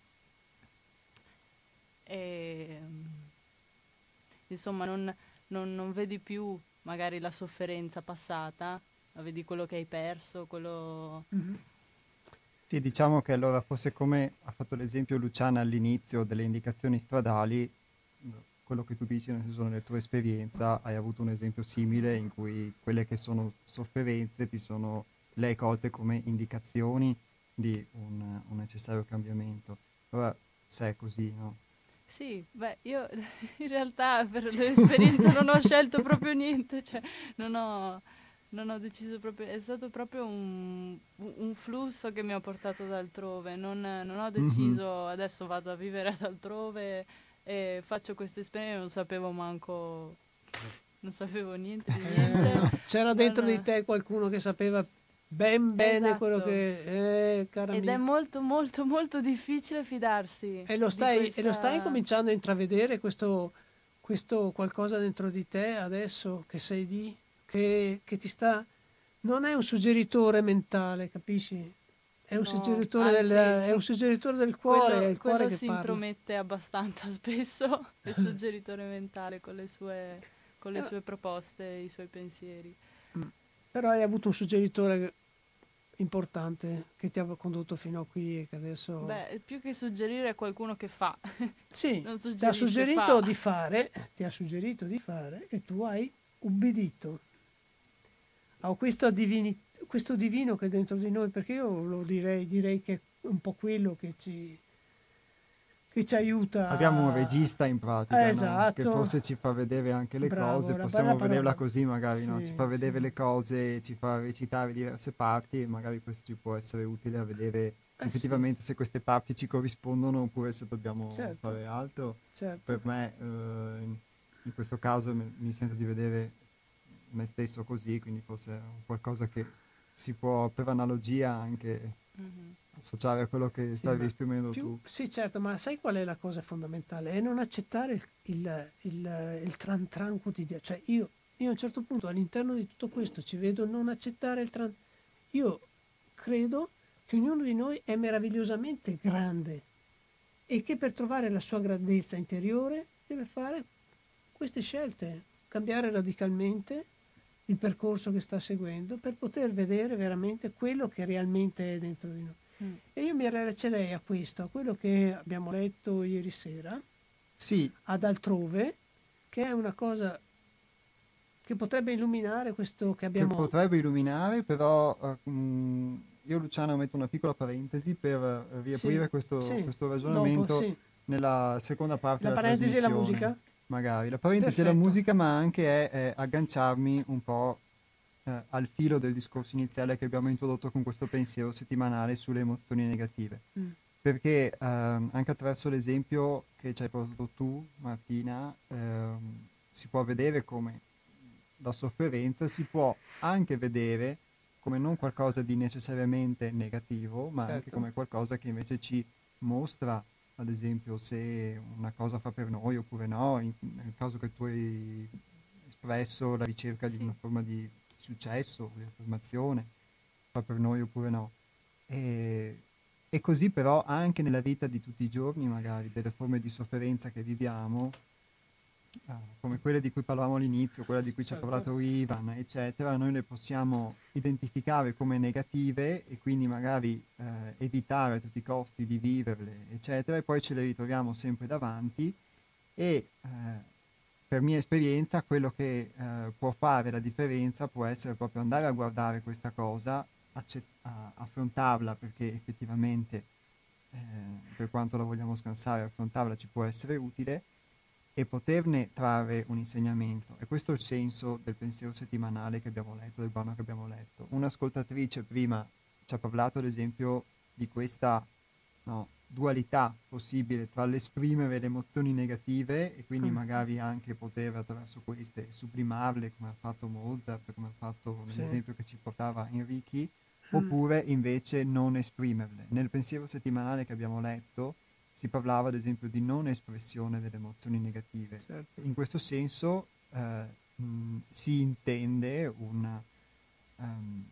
e, insomma non, non, non vedi più magari la sofferenza passata, ma vedi quello che hai perso, quello...
Mhm.
sì, diciamo che allora forse come ha fatto l'esempio Luciana all'inizio delle indicazioni stradali, quello che tu dici nel senso nella tua esperienza hai avuto un esempio simile in cui quelle che sono sofferenze ti sono le hai colte come indicazioni di un, un necessario cambiamento. Allora, se è così, no?
Sì, beh, io in realtà per l'esperienza non ho scelto proprio niente, cioè non ho, non ho deciso proprio, è stato proprio un, un flusso che mi ha portato ad altrove, non, non ho
Mhm.
deciso adesso vado a vivere ad altrove e faccio questa esperienza, non sapevo manco, non sapevo niente di niente,
Eh, c'era dentro di
non,
te qualcuno che sapeva ben bene quello
esatto,
che... Eh, cara
ed è
mia.
molto molto molto difficile fidarsi
E lo
di
stai, e lo stai
questa...
cominciando a intravedere questo, questo qualcosa dentro di te adesso che sei lì, che, che ti sta... Non è un suggeritore mentale, capisci? È un
No,
suggeritore, del,
anzi,
è un suggeritore del cuore, è
quello,
il cuore
quello
che
si
parla.
intromette abbastanza spesso, il suggeritore mentale con le sue, con le
Eh,
sue proposte, i suoi pensieri.
Però hai avuto un suggeritore importante che ti ha condotto fino a qui e che adesso...
Beh, più che suggerire è qualcuno che fa,
Sì,
non
ti ha
suggerisce,
suggerito
fa.
di fare, ti ha suggerito di fare e tu hai ubbidito a questo, divini- questo divino che è dentro di noi, perché io lo direi, direi che è un po' quello che ci, che ci aiuta
Abbiamo un
a...
regista in
a-
pratica, no? Che
esatto,
forse ci fa vedere anche le
bravo,
cose,
una bella
possiamo vederla
parola.
così magari, no? Ci
Sì,
fa vedere
sì.
le cose, ci fa recitare diverse parti e magari questo ci può essere utile a vedere
Eh sì,
effettivamente se queste parti ci corrispondono oppure se dobbiamo
certo,
fare altro.
certo.
Per me, eh, in in questo caso mi, mi sento di vedere me stesso così, quindi forse è un qualcosa che si può per analogia anche
Mhm.
associare a quello che
Sì,
stavi
ma
esprimendo
più,
tu.
sì, certo, ma sai qual è la cosa fondamentale? È non accettare il, il, il, il tran tran quotidiano. Cioè io, io a un certo punto all'interno di tutto questo ci vedo non accettare il tran. Io credo che ognuno di noi è meravigliosamente grande e che per trovare la sua grandezza interiore deve fare queste scelte, cambiare radicalmente il percorso che sta seguendo per poter vedere veramente quello che realmente è dentro di noi.
Mm.
E io mi riallaccerei a questo, a quello che abbiamo letto ieri sera,
Sì,
ad Altrove, che è una cosa che potrebbe illuminare questo che
che
abbiamo...
potrebbe illuminare, però eh, mh, io Luciano metto una piccola parentesi per eh,
Sì,
riaprire questo,
sì,
questo
dopo,
ragionamento
sì.
nella seconda parte
La
della
parentesi e la
trasmissione,
musica?
magari. La parentesi è la
Perfetto.
musica, ma anche è, è agganciarmi un po' eh, al filo del discorso iniziale che abbiamo introdotto con questo pensiero settimanale sulle emozioni negative.
Mm.
Perché ehm, anche attraverso l'esempio che ci hai portato tu, Martina, ehm, si può vedere come la sofferenza si può anche vedere come non qualcosa di necessariamente negativo, ma anche
Certo.
come qualcosa che invece ci mostra, ad esempio, se una cosa fa per noi oppure no, in- nel caso che tu hai espresso la ricerca di
Sì.
una forma di successo, di affermazione, fa per noi oppure no. E, e così però anche nella vita di tutti i giorni, magari, delle forme di sofferenza che viviamo, ah, come quelle di cui parlavamo all'inizio, quella di cui ci ha
Certo.
parlato Ivan, eccetera, noi le possiamo identificare come negative e quindi magari eh, evitare a tutti i costi di viverle, eccetera, e poi ce le ritroviamo sempre davanti e eh, per mia esperienza quello che eh, può fare la differenza può essere proprio andare a guardare questa cosa, accett- a- affrontarla perché effettivamente eh, per quanto la vogliamo scansare, affrontarla ci può essere utile e poterne trarre un insegnamento. E questo è il senso del pensiero settimanale che abbiamo letto, del brano che abbiamo letto. Un'ascoltatrice prima ci ha parlato, ad esempio, di questa no, dualità possibile tra l'esprimere le emozioni negative e quindi
Mm.
magari anche poter attraverso queste sublimarle come ha fatto Mozart, come ha fatto
Sì.
nell'esempio che ci portava Enrichi,
Mm.
oppure invece non esprimerle. Nel pensiero settimanale che abbiamo letto si parlava ad esempio di non espressione delle emozioni negative.
Certo.
In questo senso eh, mh, si intende un, um,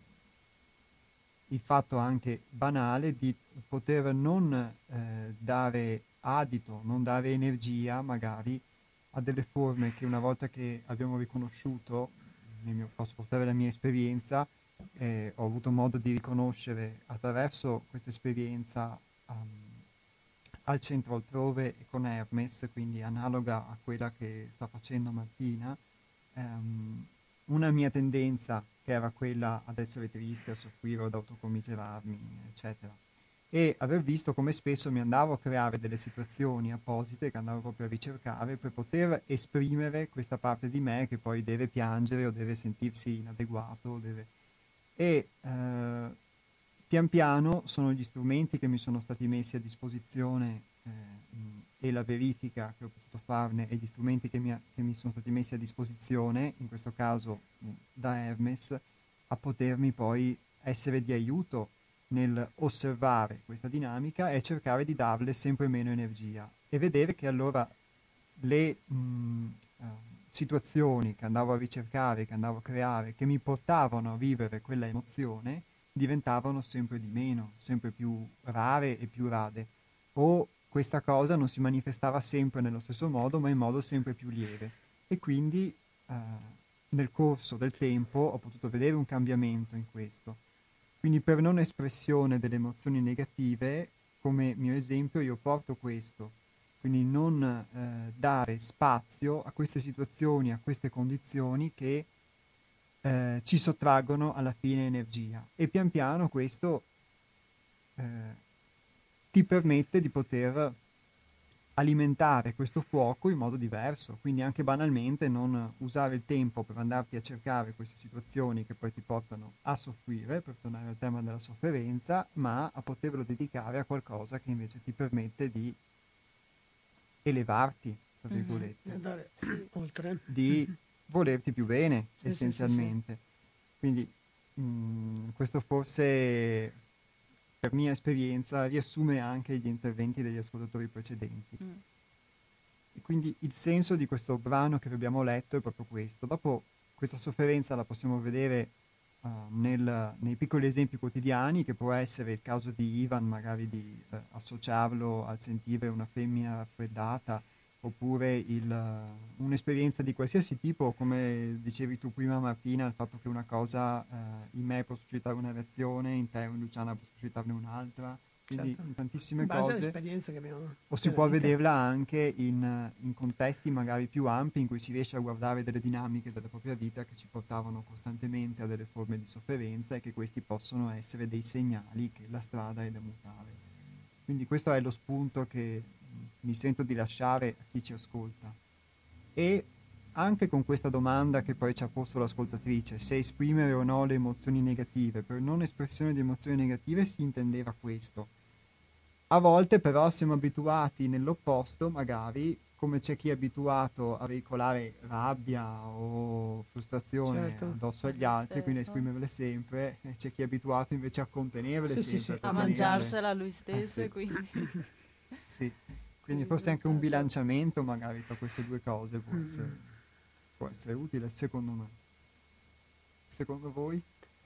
il fatto anche banale di poter non eh, dare adito, non dare energia magari a delle forme che una volta che abbiamo riconosciuto, nel mio- posso portare la mia esperienza, eh, ho avuto modo di riconoscere attraverso questa esperienza um, al centro altrove e con Hermes, quindi analoga a quella che sta facendo Martina, ehm, una mia tendenza che era quella ad essere triste, a soffrire, ad autocommiserarmi, eccetera. E aver visto come spesso mi andavo a creare delle situazioni apposite che andavo proprio a ricercare per poter esprimere questa parte di me che poi deve piangere o deve sentirsi inadeguato, o deve... e eh, pian piano sono gli strumenti che mi sono stati messi a disposizione eh, mh, e la verifica che ho potuto farne e gli strumenti che mi, ha- che mi sono stati messi a disposizione, in questo caso mh, da Hermes, a potermi poi essere di aiuto nel osservare questa dinamica e cercare di darle sempre meno energia e vedere che allora le mh, eh, situazioni che andavo a ricercare, che andavo a creare, che mi portavano a vivere quella emozione, diventavano sempre di meno, sempre più rare e più rade, o questa cosa non si manifestava sempre nello stesso modo, ma in modo sempre più lieve. E quindi eh, nel corso del tempo ho potuto vedere un cambiamento in questo. Quindi per non espressione delle emozioni negative, come mio esempio, io porto questo. Quindi non eh, dare spazio a queste situazioni, a queste condizioni che eh, ci sottraggono alla fine energia. E pian piano questo eh, ti permette di poter alimentare questo fuoco in modo diverso, quindi anche banalmente non usare il tempo per andarti a cercare queste situazioni che poi ti portano a soffrire, per tornare al tema della sofferenza, ma a poterlo dedicare a qualcosa che invece ti permette di elevarti, tra
Mhm.
virgolette,
Andare
Sì.
oltre.
di volerti più bene,
Sì, sì, sì,
essenzialmente. Quindi mh, questo forse, per mia esperienza, riassume anche gli interventi degli ascoltatori precedenti.
Mm.
E quindi il senso di questo brano che abbiamo letto è proprio questo. Dopo questa sofferenza la possiamo vedere uh, nel- nei piccoli esempi quotidiani, che può essere il caso di Ivan, magari di eh, associarlo al sentire una femmina raffreddata, oppure il, uh, un'esperienza di qualsiasi tipo, come dicevi tu prima Martina, il fatto che una cosa uh, in me può suscitare una reazione, in te Luciana può suscitarne un'altra, quindi
Certo.
in
In
tantissime
base
cose.
all'esperienza che abbiamo
O si
nella
può
vita.
vederla anche in, in contesti magari più ampi in cui si riesce a guardare delle dinamiche della propria vita che ci portavano costantemente a delle forme di sofferenza e che questi possono essere dei segnali che la strada è da mutare. Quindi questo è lo spunto che mh, mi sento di lasciare a chi ci ascolta. E anche con questa domanda che poi ci ha posto l'ascoltatrice, se esprimere o no le emozioni negative, per non espressione di emozioni negative si intendeva questo. A volte però siamo abituati nell'opposto, magari, come c'è chi è abituato a veicolare rabbia o frustrazione
Certo.
addosso agli altri, quindi a
All'esterno.
esprimerle sempre, e c'è chi è abituato invece a contenerle
Sì, sì,
sempre,
sì,
a
A
trattenerle.
mangiarsela lui
Eh
stesso
sì,
e quindi
sì.
il
Quindi forse anche un
risultato.
bilanciamento magari tra queste due cose può essere, può essere utile, secondo me. Secondo voi?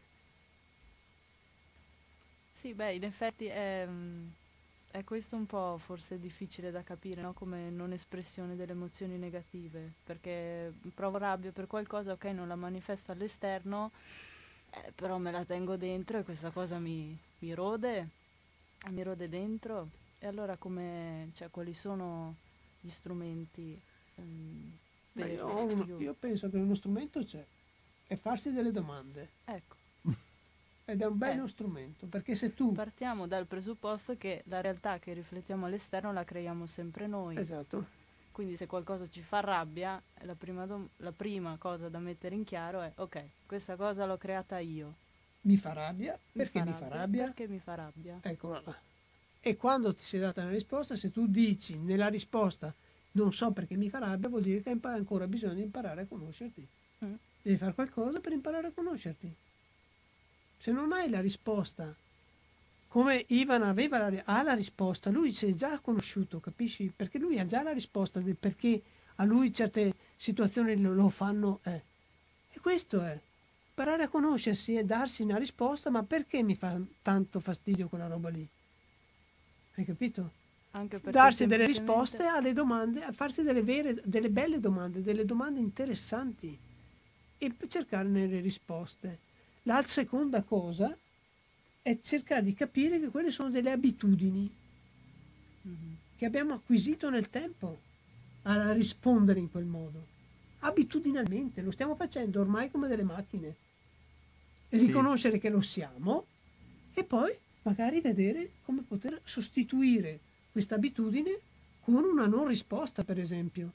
Sì, beh, in effetti è, mm, è questo un po' forse difficile da capire, no? Come non espressione delle emozioni negative, perché provo rabbia per qualcosa, ok, non la manifesto all'esterno, eh, però me la tengo dentro e questa cosa mi, mi rode, mi rode dentro. E allora come, cioè, quali sono gli strumenti mm,
Beh, io,
per
ho uno-
io?
io penso che uno strumento c'è, è farsi delle domande.
Ecco,
Ed è un
eh,
bello strumento, perché se tu...
partiamo dal presupposto che la realtà che riflettiamo all'esterno la creiamo sempre noi.
Esatto.
Quindi se qualcosa ci fa rabbia, la prima, dom- la prima cosa da mettere in chiaro è ok, questa cosa l'ho creata io.
Mi fa rabbia,
Mi
perché
fa
mi fa
rabbia?
rabbia?
Perché mi fa rabbia?
Eccola là. E quando ti sei data una risposta, se tu dici nella risposta non so perché mi fa rabbia, vuol dire che hai impa- ancora bisogno di imparare a conoscerti.
Mm.
Devi fare qualcosa per imparare a conoscerti. Se non hai la risposta, come Ivan aveva la, ri- ha la risposta, lui si è già conosciuto, capisci? Perché lui ha già la risposta del perché a lui certe situazioni lo, lo fanno. Eh. E questo è. Imparare a conoscersi e darsi una risposta, ma perché mi fa tanto fastidio quella roba lì? Hai capito?
Anche perché
Darsi delle risposte
semplicemente...
alle domande, a farsi delle vere, delle belle domande, delle domande interessanti e per cercare le risposte. La seconda cosa è cercare di capire che quelle sono delle abitudini
Mhm.
che abbiamo acquisito nel tempo a rispondere in quel modo. Abitudinalmente, lo stiamo facendo ormai come delle macchine.
Sì,
Riconoscere che lo siamo e poi magari vedere come poter sostituire questa abitudine con una non risposta, per esempio.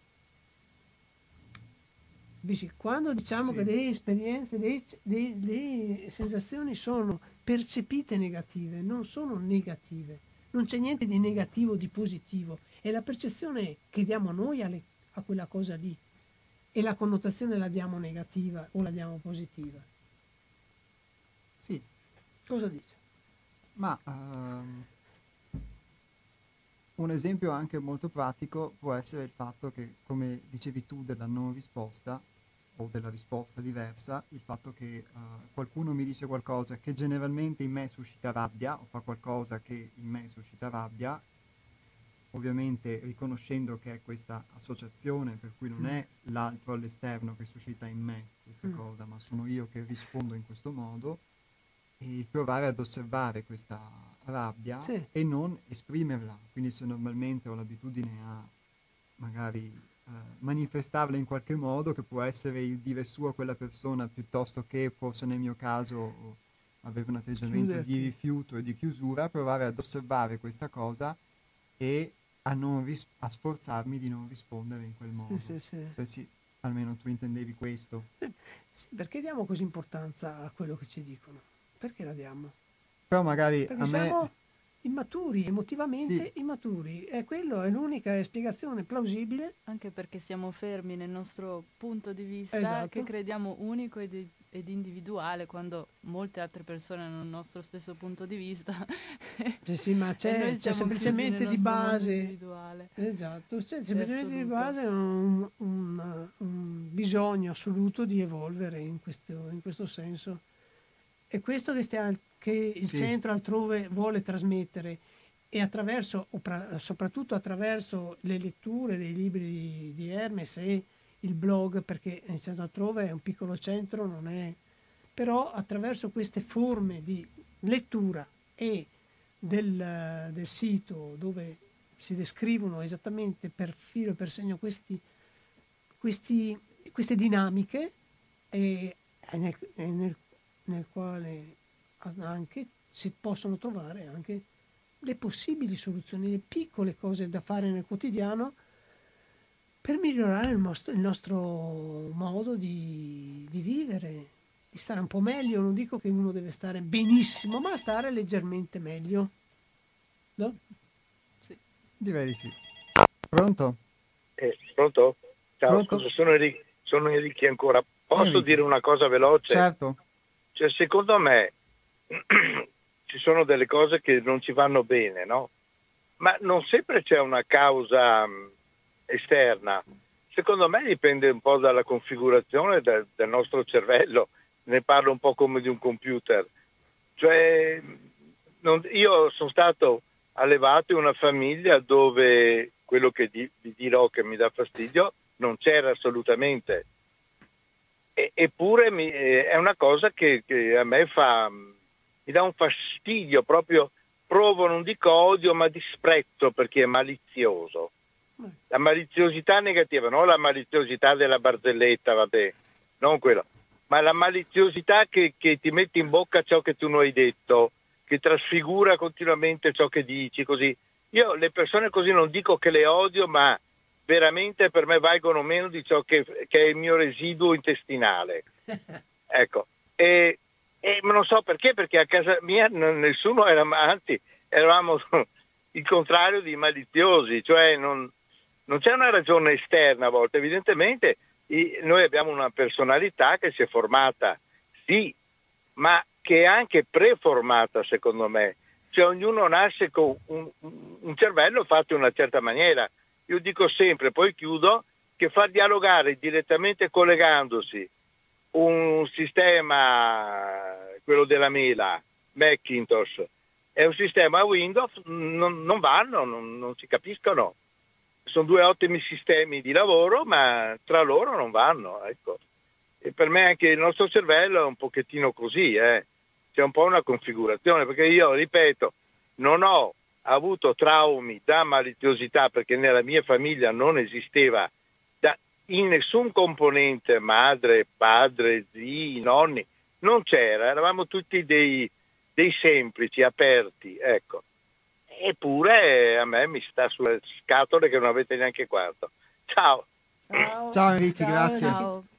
Capisci? Quando diciamo che
sì.
le esperienze, le, le- le sensazioni sono percepite negative, non sono negative. Non c'è niente di negativo o di positivo, è la percezione che diamo noi alle- a quella cosa lì e la connotazione la diamo negativa o la diamo positiva.
Sì,
Cosa dice?
ma ehm, un esempio anche molto pratico può essere il fatto che, come dicevi tu, della non risposta, o della risposta diversa il fatto che uh, qualcuno mi dice qualcosa che generalmente in me suscita rabbia o fa qualcosa che in me suscita rabbia, ovviamente riconoscendo che è questa associazione per cui non
Mm.
è l'altro all'esterno che suscita in me questa
Mm.
cosa, ma sono io che rispondo in questo modo, e il provare ad osservare questa rabbia
Sì.
e non esprimerla. Quindi se normalmente ho l'abitudine a magari eh, manifestarla in qualche modo, che può essere il dire su a quella persona piuttosto che forse nel mio caso avere un atteggiamento
Chiuderti.
di rifiuto e di chiusura, provare ad osservare questa cosa e a, non ris- a sforzarmi di non rispondere in quel modo.
Sì, sì, sì.
Cioè, sì, almeno tu intendevi questo.
Sì, perché diamo così importanza a quello che ci dicono? Perché la diamo?
Però magari
Perché
a me...
siamo immaturi, emotivamente
Sì.
immaturi. E quello è l'unica spiegazione plausibile.
Anche perché siamo fermi nel nostro punto di vista,
Esatto.
che crediamo unico ed, ed individuale, quando molte altre persone hanno il nostro stesso punto di vista.
Sì, sì, ma
E
c'è,
noi
c'è
siamo
semplicemente
chiusi
di
nel nostro mondo
base.
individuale.
Esatto, c'è
È
semplicemente di
assoluto.
base un, un- un bisogno assoluto di evolvere in questo, in questo senso. È questo che, stia- che il
Sì.
centro altrove vuole trasmettere, e attraverso, o pra- soprattutto attraverso le letture dei libri di, di Hermes e il blog, perché il centro altrove è un piccolo centro, non è, però attraverso queste forme di lettura e del, del sito, dove si descrivono esattamente per filo e per segno questi, questi, queste dinamiche, e, e nel, e nel, nel quale anche si possono trovare anche le possibili soluzioni, le piccole cose da fare nel quotidiano per migliorare il nostro, il nostro modo di, di vivere, di stare un po' meglio. Non dico che uno deve stare benissimo, ma stare leggermente meglio. No?
Sì.
Direi di sì. Pronto?
Eh, pronto? Ciao,
Pronto?
scusa, sono Enrico, sono Enrico ancora. Posso
Enrico.
dire una cosa veloce?
Certo.
Cioè, secondo me ci sono delle cose che non ci vanno bene, no? Ma non sempre c'è una causa mh, esterna. Secondo me dipende un po' dalla configurazione del, del nostro cervello. Ne parlo un po' come di un computer. Cioè, non- io sono stato allevato in una famiglia dove quello che di- vi dirò che mi dà fastidio non c'era assolutamente. E- eppure mi- eh, è una cosa che, che a me fa, mi dà un fastidio, proprio provo, non dico odio, ma disprezzo per chi è malizioso. La maliziosità negativa, non la maliziosità della barzelletta, vabbè, non quello, ma la maliziosità che, che ti mette in bocca ciò che tu non hai detto, che trasfigura continuamente ciò che dici, così. Io le persone così non dico che le odio, ma veramente per me valgono meno di ciò che, che è il mio residuo intestinale. Ecco, e, e non so perché, perché a casa mia n- nessuno era, anzi, eravamo il contrario di maliziosi, cioè non, non c'è una ragione esterna a volte, evidentemente i, noi abbiamo una personalità che si è formata, sì, ma che è anche preformata secondo me, cioè ognuno nasce con un, un cervello fatto in una certa maniera. Io dico sempre, poi chiudo, che far dialogare direttamente collegandosi un sistema, quello della mela, Macintosh, e un sistema Windows non, non vanno, non, non si capiscono. Sono due ottimi sistemi di lavoro, ma tra loro non vanno, ecco. E per me anche il nostro cervello è un pochettino così, eh. C'è un po' una configurazione, perché io, ripeto, non ho avuto traumi da maliziosità, perché nella mia famiglia non esisteva da, in nessun componente, madre, padre, zii, nonni, non c'era, eravamo tutti dei, dei semplici, aperti, ecco. Eppure a me mi sta sulle scatole che non avete neanche quarto. Ciao.
Ciao,
Ciao Enrico,
ciao,
grazie.
Enrico.
Ciao.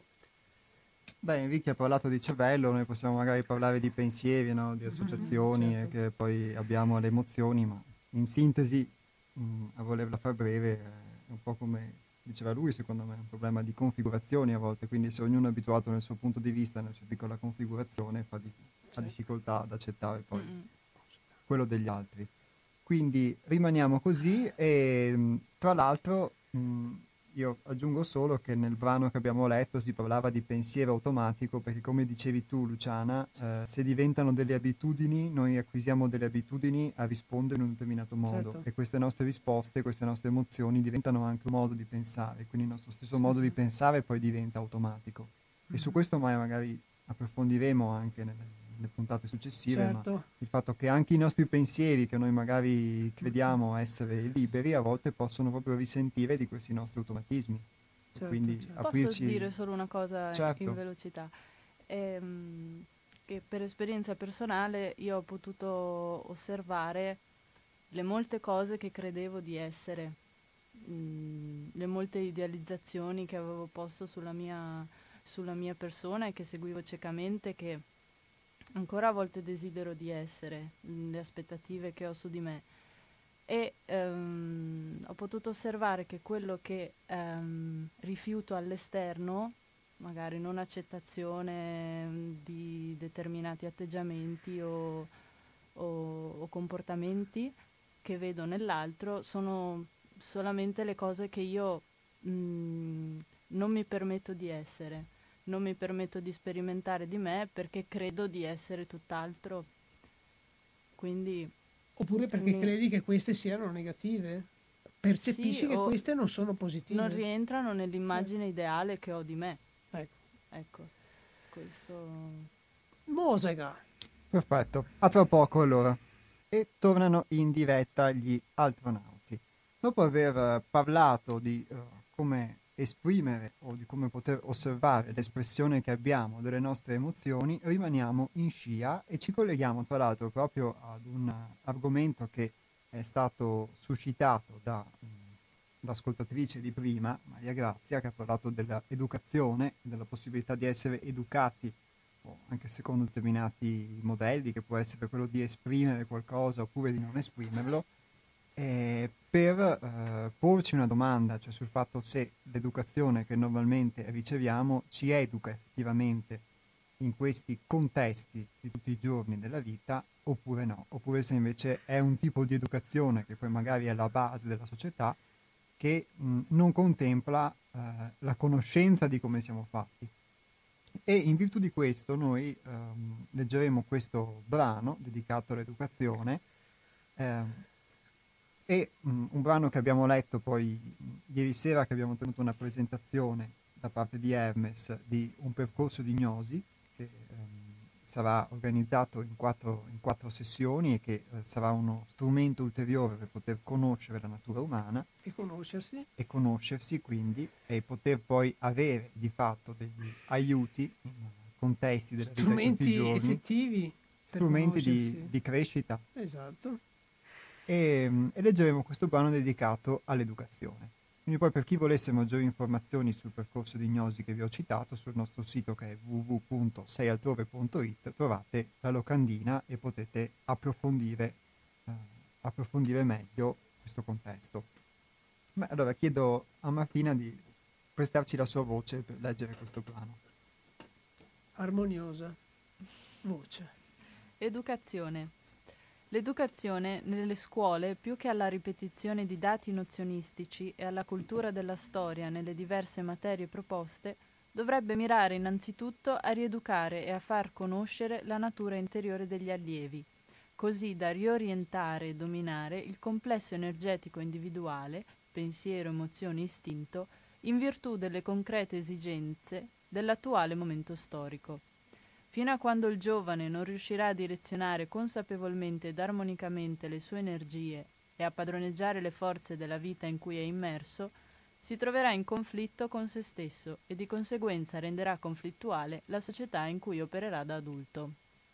Beh, Enrico ha parlato di cervello, noi possiamo magari parlare di pensieri, no? Di
Mhm,
associazioni,
certo.
e che poi abbiamo le emozioni, ma in sintesi, mh, a volerla far breve, è un po' come diceva lui, secondo me, è un problema di configurazioni a volte, quindi se ognuno è abituato nel suo punto di vista, nella sua piccola configurazione, fa, di- fa
Certo.
difficoltà ad accettare poi
Mm-mm.
quello degli altri. Quindi rimaniamo così e mh, tra l'altro mh, io aggiungo solo che nel brano che abbiamo letto si parlava di pensiero automatico, perché come dicevi tu, Luciana, eh, se diventano delle abitudini, noi acquisiamo delle abitudini a rispondere in un determinato modo,
Certo.
e queste nostre risposte, queste nostre emozioni diventano anche un modo di pensare, quindi il nostro stesso
Sì,
modo
sì.
di pensare poi diventa automatico. E su
Mhm.
questo mai magari approfondiremo anche nelle, nelle puntate successive, ma
Certo.
il fatto che anche i nostri pensieri, che noi magari crediamo essere liberi, a volte possono proprio risentire di questi nostri automatismi. E
Certo,
quindi
certo.
Posso
aprirci...
dire solo una cosa in
Certo,
velocità? Ehm, che per esperienza personale io ho potuto osservare le molte cose che credevo di essere, mm, le molte idealizzazioni che avevo posto sulla mia, sulla mia persona e che seguivo ciecamente, che ancora a volte desidero di essere, mm, le aspettative che ho su di me. E ehm, ho potuto osservare che quello che ehm, rifiuto all'esterno, magari non accettazione mm, di determinati atteggiamenti o, o- o comportamenti che vedo nell'altro, sono solamente le cose che io mm, non mi permetto di essere, non mi permetto di sperimentare di me perché credo di essere tutt'altro. Quindi
Oppure perché
ne-
credi che queste siano negative?
sì,
Percepisci che
o
queste non sono
non
positive.
rientrano
Ecco,
nell'immagine ideale che ho di me.
ecco.
Ecco, questo...
Mosega.
perfetto. A tra poco allora. E tornano in diretta gli astronauti. Dopo aver eh, parlato di eh, come esprimere o di come poter osservare l'espressione che abbiamo delle nostre emozioni, rimaniamo in scia e ci colleghiamo tra l'altro proprio ad un eh, argomento che è stato suscitato da mm, l'ascoltatrice di prima, Maria Grazia, che ha parlato dell'educazione, della possibilità di essere educati o anche secondo determinati modelli, che può essere quello di esprimere qualcosa oppure di non esprimerlo, eh, per eh, porci una domanda, cioè sul fatto se l'educazione che normalmente riceviamo ci educa effettivamente in questi contesti di tutti i giorni della vita oppure no, oppure se invece è un tipo di educazione che poi magari è la base della società che mh, non contempla eh, la conoscenza di come siamo fatti. E in virtù di questo noi ehm, leggeremo questo brano dedicato all'educazione, ehm, e mh, un brano che abbiamo letto poi mh, ieri sera, che abbiamo tenuto una presentazione da parte di Hermes di un percorso di gnosi che ehm, sarà organizzato in quattro, in quattro sessioni e che eh, sarà uno strumento ulteriore per poter conoscere la natura umana
E conoscersi.
e conoscersi quindi e poter poi avere di fatto degli aiuti in contesti della vita di tutti i
Strumenti
giorni,
effettivi per
strumenti di,
conoscersi.
di crescita.
Esatto.
E, e leggeremo questo brano dedicato all'educazione. Quindi poi per chi volesse maggiori informazioni sul percorso di gnosi che vi ho citato, sul nostro sito che è w w w punto sei altrove punto i t trovate la locandina e potete approfondire, eh, approfondire meglio questo contesto. Beh, allora chiedo a Martina di prestarci la sua voce per leggere questo brano.
Armoniosa. Voce.
Educazione. L'educazione nelle scuole, più che alla ripetizione di dati nozionistici e alla cultura della storia nelle diverse materie proposte, dovrebbe mirare innanzitutto a rieducare e a far conoscere la natura interiore degli allievi, così da riorientare e dominare il complesso energetico individuale, pensiero, emozioni, istinto, in virtù delle concrete esigenze dell'attuale momento storico. Fino a quando il giovane non riuscirà a direzionare consapevolmente ed armonicamente le sue energie e a padroneggiare le forze della vita in cui è immerso, si troverà in conflitto con se stesso e di conseguenza renderà conflittuale la società in cui opererà da adulto.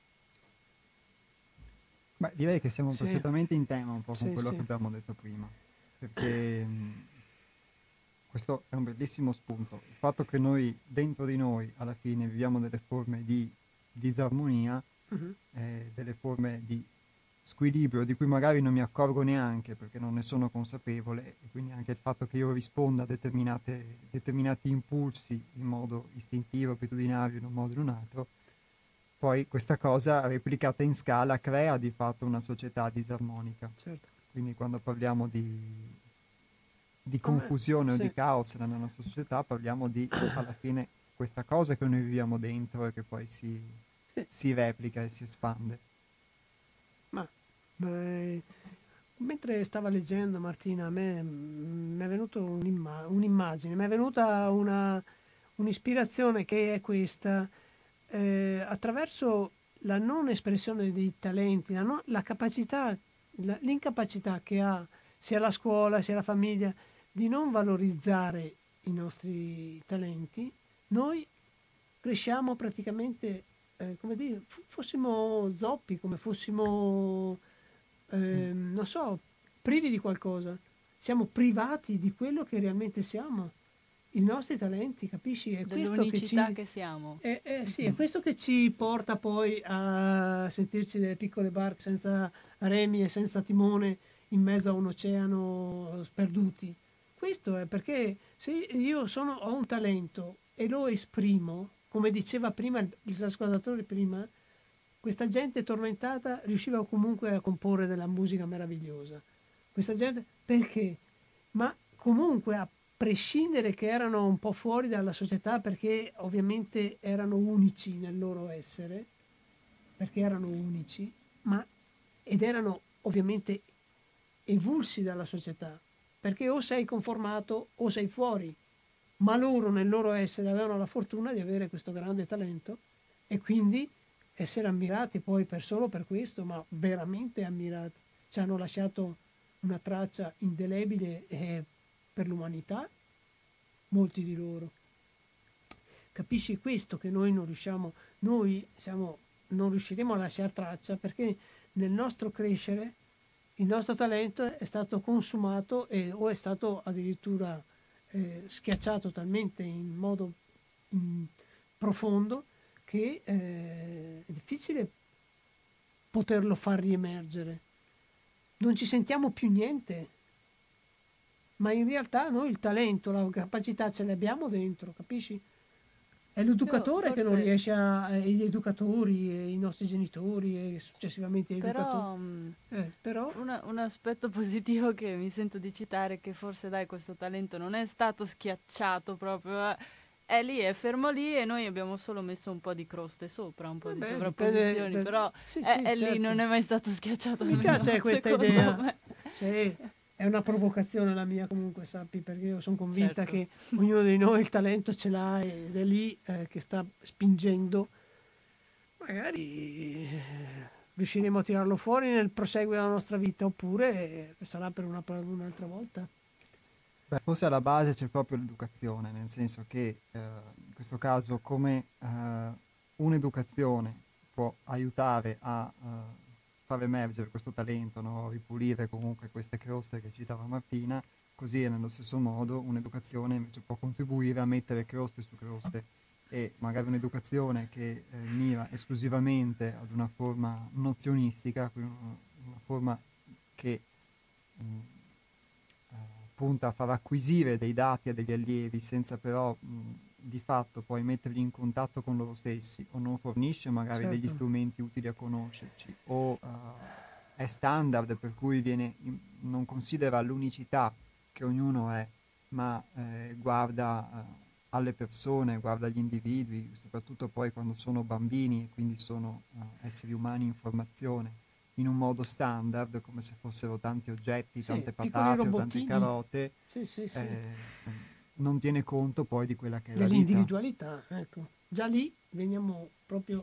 Beh, direi che siamo
Sì,
perfettamente in tema un po' con
sì,
quello
sì.
che abbiamo detto prima, perché mh, questo è un bellissimo spunto. Il fatto che noi, dentro di noi, alla fine viviamo delle forme di disarmonia,
Mhm.
eh, delle forme di squilibrio di cui magari non mi accorgo neanche perché non ne sono consapevole, e quindi anche il fatto che io risponda a determinate, determinati impulsi in modo istintivo, abitudinario, in un modo o in un altro, poi questa cosa replicata in scala crea di fatto una società disarmonica.
Certo.
Quindi quando parliamo di, di confusione o
sì.
di caos nella nostra società, parliamo di alla fine questa cosa che noi viviamo dentro e che poi si,
Sì.
si replica e si espande.
Ma, ma, eh, mentre stava leggendo Martina, a me mi è venuta un'imma- un'immagine, mi è venuta una, un'ispirazione che è questa, eh, attraverso la non espressione dei talenti, la, no- la capacità, la- l'incapacità che ha sia la scuola sia la famiglia di non valorizzare i nostri talenti, noi cresciamo praticamente, eh, come dire, f- fossimo zoppi, come fossimo, ehm, non so, privi di qualcosa. Siamo privati di quello che realmente siamo, i nostri talenti, capisci? È questo che
Dell'unicità
ci,
che siamo.
è, è- sì, è questo che ci porta poi a sentirci delle piccole barche senza remi e senza timone in mezzo a un oceano sperduti. Questo è perché se io sono, ho un talento e lo esprimo, come diceva prima il, il ascoltatore prima, questa gente tormentata riusciva comunque a comporre della musica meravigliosa. Questa gente, perché? Ma comunque, a prescindere che erano un po' fuori dalla società perché ovviamente erano unici nel loro essere, perché erano unici, ma ed erano ovviamente evulsi dalla società, perché o sei conformato o sei fuori, ma loro nel loro essere avevano la fortuna di avere questo grande talento e quindi essere ammirati poi per solo per questo, ma veramente ammirati. Ci hanno lasciato una traccia indelebile eh, per l'umanità, molti di loro. Capisci questo che noi non riusciamo, noi siamo, non riusciremo a lasciare traccia perché nel nostro crescere il nostro talento è stato consumato e, o è stato addirittura eh, schiacciato talmente in modo mm, profondo che eh, è difficile poterlo far riemergere. Non ci sentiamo più niente, ma in realtà noi il talento, la capacità ce l'abbiamo dentro, capisci? È
Io
l'educatore che non
forse,
riesce a, e gli educatori, e i nostri genitori e successivamente gli educatori.
però, mh,
Eh, però,
una- un aspetto positivo che mi sento di citare è che forse, dai, questo talento non è stato schiacciato proprio, eh, è lì, è fermo lì e noi abbiamo solo messo un po' di croste sopra, un po' di
vabbè, dipende.
sovrapposizioni,
da-
però
sì,
è,
sì,
è lì, non
certo.
è mai stato schiacciato
Mi
almeno
piace questa
secondo
idea.
me.
Cioè, è una provocazione la mia comunque, sappi, perché io sono convinta
Certo.
che ognuno di noi il talento ce l'ha ed è lì eh, che sta spingendo. Magari eh, riusciremo a tirarlo fuori nel proseguo della nostra vita oppure eh, sarà per una, per un'altra volta.
Beh, forse alla base c'è proprio l'educazione, nel senso che eh, in questo caso come eh, un'educazione può aiutare a eh, far emergere questo talento, no? Ripulire comunque queste croste che citava Martina, così è nello stesso modo un'educazione invece può contribuire a mettere croste su croste e magari un'educazione che eh, mira esclusivamente ad una forma nozionistica, quindi una, una forma che mh, eh, punta a far acquisire dei dati a degli allievi senza però mh, di fatto poi metterli in contatto con loro stessi o non fornisce magari degli
Certo.
strumenti utili a conoscerci o eh, è standard per cui viene in- non considera l'unicità che ognuno è ma eh, guarda eh, alle persone, guarda agli individui, soprattutto poi quando sono bambini e quindi sono eh, esseri umani in formazione in un modo standard, come se fossero tanti oggetti,
Sì,
tante
piccoli
patate o tante
robottini.
carote,
Sì, sì, sì.
eh, non tiene conto poi di quella che è la vita.
Dell'individualità, ecco. Già lì veniamo proprio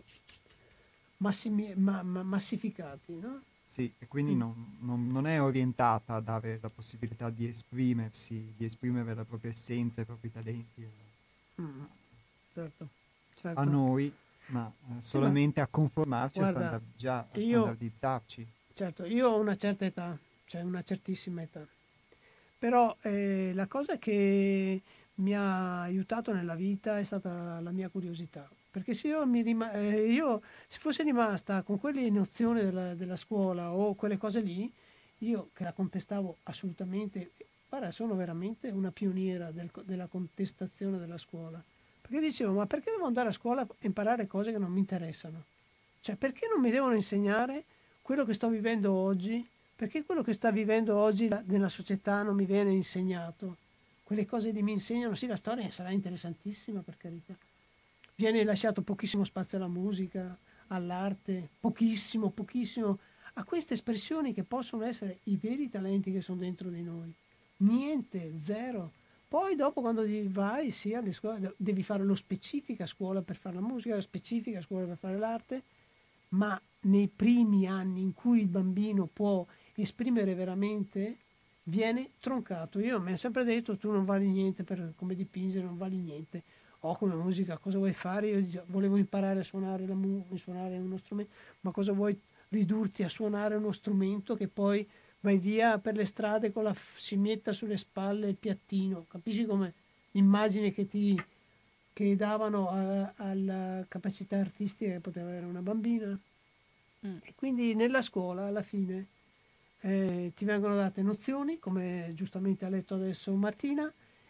massimi- ma- ma- massificati, no?
Sì, e quindi
Mm.
non, non- non è orientata a dare la possibilità di esprimersi, di esprimere la propria essenza, i propri talenti eh,
Mm. Certo,
a
certo.
noi, ma eh,
Sì, ma
solamente a conformarci, a,
guarda,
standardizza- a
io,
standardizzarci.
certo, io ho una certa età, cioè una certissima età, però eh, la cosa che mi ha aiutato nella vita è stata la mia curiosità, perché se io, mi rima- eh, io se fossi rimasta con quelle nozioni della, della scuola o quelle cose lì, io che la contestavo assolutamente, guarda, sono veramente una pioniera del- della contestazione della scuola, perché dicevo, ma perché devo andare a scuola a imparare cose che non mi interessano? Cioè, perché non mi devono insegnare quello che sto vivendo oggi, perché quello che sta vivendo oggi la- nella società non mi viene insegnato. Quelle cose lì mi insegnano, sì, la storia sarà interessantissima, per carità. Viene lasciato pochissimo spazio alla musica, all'arte, pochissimo, pochissimo, a queste espressioni che possono essere i veri talenti che sono dentro di noi. Niente, zero. Poi dopo quando ti vai, sì, alle scuole, devi fare lo specifica scuola per fare la musica, la specifica scuola per fare l'arte, ma nei primi anni in cui il bambino può esprimere veramente, viene troncato. Io mi ho sempre detto, tu non vali niente per come dipingere, non vali niente. O come musica, cosa vuoi fare? Io dicevo, volevo imparare a suonare, la mu- a suonare uno strumento, ma cosa vuoi ridurti a suonare uno strumento che poi vai via per le strade con la f- scimmietta sulle spalle e il piattino? Capisci come l'immagine che ti che davano a- alla capacità artistica che poteva avere una bambina?
Mm.
E quindi nella scuola alla fine eh, ti vengono date nozioni, come giustamente ha letto adesso Martina,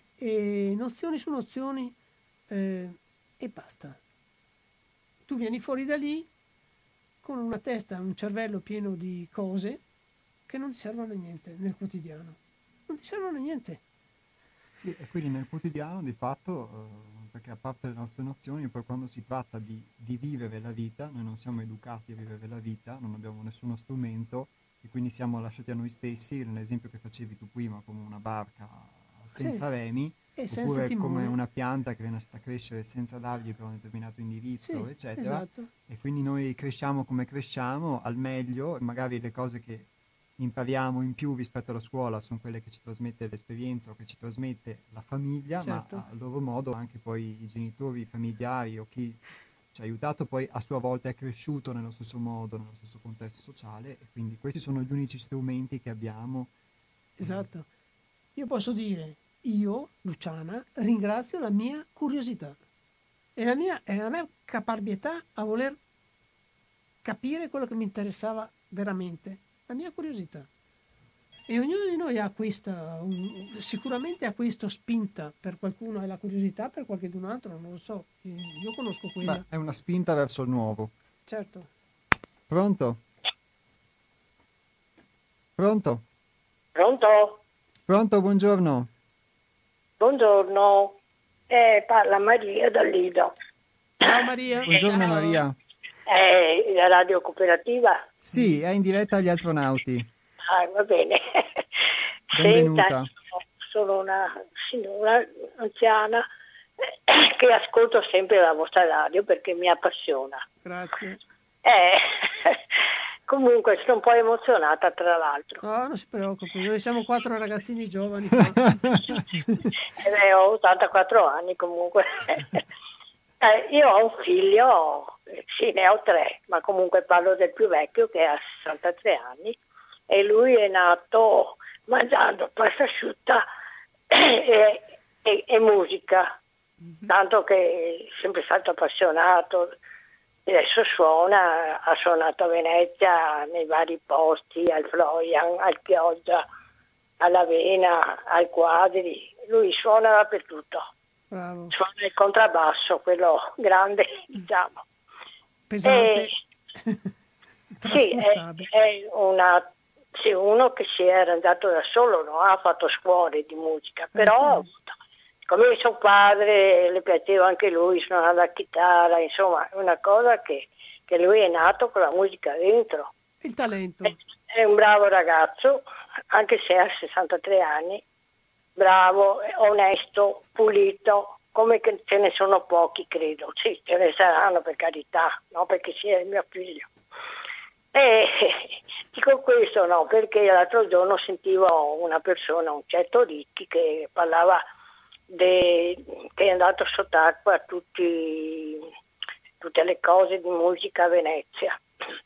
e nozioni su nozioni eh, e basta. Tu vieni fuori da lì con una testa, un cervello pieno di cose che non ti servono a niente nel quotidiano. Non ti servono a niente.
Sì, e quindi nel quotidiano di fatto, eh, perché a parte le nostre nozioni, poi quando si tratta di, di vivere la vita, noi non siamo educati a vivere la vita, non abbiamo nessuno strumento e quindi siamo lasciati a noi stessi, nell'esempio che facevi tu prima, come una barca
Sì,
senza remi,
e senza
oppure come
timone.
una pianta che viene lasciata crescere senza dargli per un determinato indirizzo,
Sì,
eccetera.
esatto.
E quindi noi cresciamo come cresciamo, al meglio, e magari le cose che impariamo in più rispetto alla scuola sono quelle che ci trasmette l'esperienza o che ci trasmette la famiglia, ma
Certo.
a loro modo anche poi i genitori, i familiari o chi ci ha aiutato poi a sua volta è cresciuto nello stesso modo, nello stesso contesto sociale e quindi questi sono gli unici strumenti che abbiamo.
Esatto. Io posso dire, io, Luciana, ringrazio la mia curiosità e la mia, e la mia caparbietà a voler capire quello che mi interessava veramente, la mia curiosità. E ognuno di noi ha questa, un- sicuramente ha questa spinta, per qualcuno è la curiosità, per qualcun altro non lo so. Io conosco
Beh,
quella,
è una spinta verso il nuovo.
certo.
Pronto? Pronto?
Pronto?
Pronto, buongiorno.
Buongiorno. Eh, parla Maria dal Lido.
Ciao Maria.
Buongiorno
Ciao.
Maria.
Eh, la radio cooperativa?
Sì, è in diretta agli astronauti.
Ah, va bene. Senta,
Benvenuta.
sono una signora anziana eh, che ascolto sempre la vostra radio perché mi appassiona.
Grazie.
Eh, comunque sono un po' emozionata tra l'altro.
No, non si preoccupi, noi siamo quattro ragazzini giovani qua.
Eh beh, ho ottantaquattro anni comunque. Eh, io ho un figlio, eh, sì, ne ho tre, ma comunque parlo del più vecchio che ha sessantatré anni e lui è nato mangiando pasta asciutta e, e- e musica, tanto che è sempre stato appassionato. E adesso suona, ha suonato a Venezia nei vari posti, al Florian, al Chioggia, all'Avena, al Quadri, lui suona dappertutto.
Bravo.
Suona il contrabbasso, quello grande, diciamo.
Pesante.
E, sì, è,
Trasportabile.
è una, sì, uno che si era andato da solo, non ha fatto scuole di musica, però come suo padre le piaceva anche lui suonare la chitarra, insomma, è una cosa che, che lui è nato con la musica dentro.
Il talento.
È, è un bravo ragazzo, anche se ha sessantatré anni, bravo, onesto, pulito, come che ce ne sono pochi, credo. Sì, ce ne saranno, per carità, no, perché sia il mio figlio. E dico questo no, perché l'altro giorno sentivo una persona, un certo Ricchi, che parlava de, che è andato sott'acqua a tutti, tutte le cose di musica a Venezia.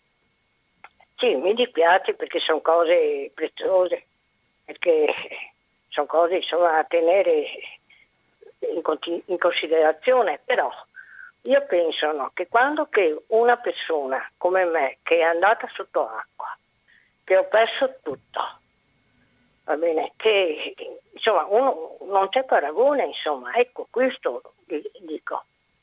Sì, mi dispiace perché sono cose preziose, perché sono cose insomma da tenere in, conti- in considerazione, però io penso no, che quando che una persona come me che è andata sotto acqua, che ho perso tutto, va bene, che insomma uno non c'è paragone, insomma, ecco questo dico,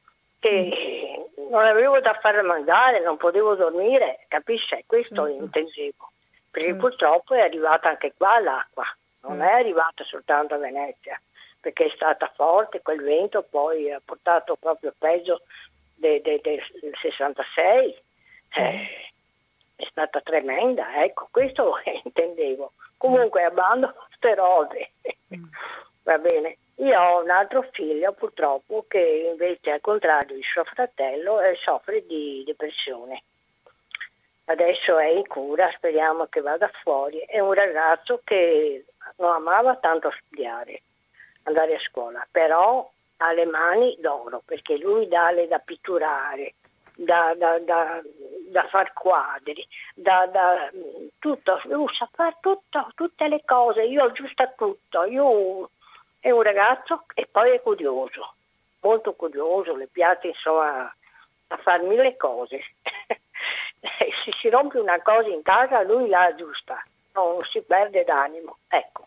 che non avevo da fare mangiare, non potevo dormire, capisci? Questo
Certo.
intendevo.
perché
Certo.
purtroppo è arrivata anche qua l'acqua, non
Eh.
è arrivata soltanto a Venezia, perché è stata forte, quel vento poi ha portato proprio peggio de- de- del sessantasei, eh, è stata tremenda, ecco, questo intendevo. Comunque abbandono queste robe, va bene. Io ho un altro figlio purtroppo che invece al contrario di suo fratello eh, soffre di depressione. Adesso è in cura, speriamo che vada fuori. È un ragazzo che non amava tanto studiare, andare a scuola, però ha le mani d'oro perché lui dà le da pitturare, da, da, da, da far quadri, da, da tutto, lui sa fare tutto, tutte le cose, io aggiusto tutto, io è un ragazzo e poi è curioso, molto curioso, le piace insomma a fare mille cose. Se si rompe una cosa in casa lui la aggiusta, non si perde d'animo, ecco.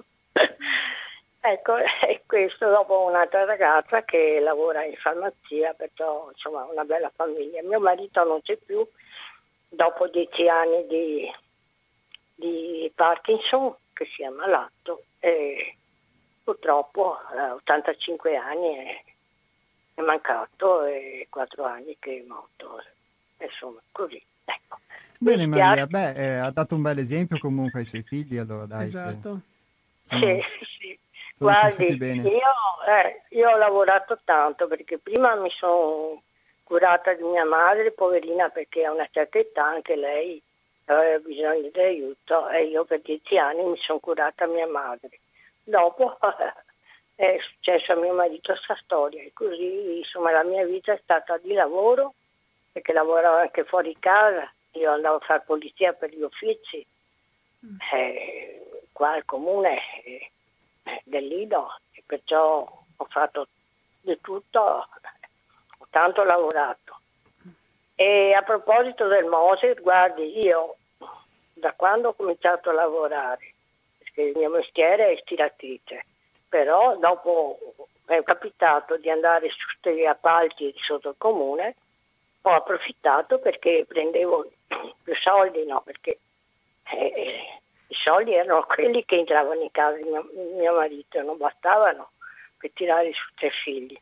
Ecco, e questo dopo un'altra ragazza che lavora in farmacia, perciò insomma una bella famiglia. Mio marito non c'è più, dopo dieci anni di, di Parkinson, che si è ammalato, e purtroppo a ottantacinque anni è, è mancato e quattro anni che è morto. Insomma, così, ecco. Mi
Bene
spiace.
Maria, beh, eh, ha dato un bel esempio comunque ai suoi figli, allora dai, se
Esatto.
sono,
Sì, sì.
sono
Guardi,
cresciuti bene.
io, eh, io ho lavorato tanto perché prima mi sono curata di mia madre, poverina, perché a una certa età anche lei aveva bisogno di aiuto e io per dieci anni mi sono curata mia madre. Dopo è successo a mio marito questa storia e così insomma la mia vita è stata di lavoro, perché lavoravo anche fuori casa, io andavo a fare polizia per gli uffici, eh, qua al comune eh, del Lido, e perciò ho fatto di tutto, ho tanto lavorato. E a proposito del Moser, guardi, io da quando ho cominciato a lavorare, perché il mio mestiere è stiratrice, però dopo è capitato di andare su questi appalti sotto il comune, ho approfittato perché prendevo più soldi, no, perché eh, i soldi erano quelli che entravano in casa di mio, mio marito, non bastavano per tirare su tre figli.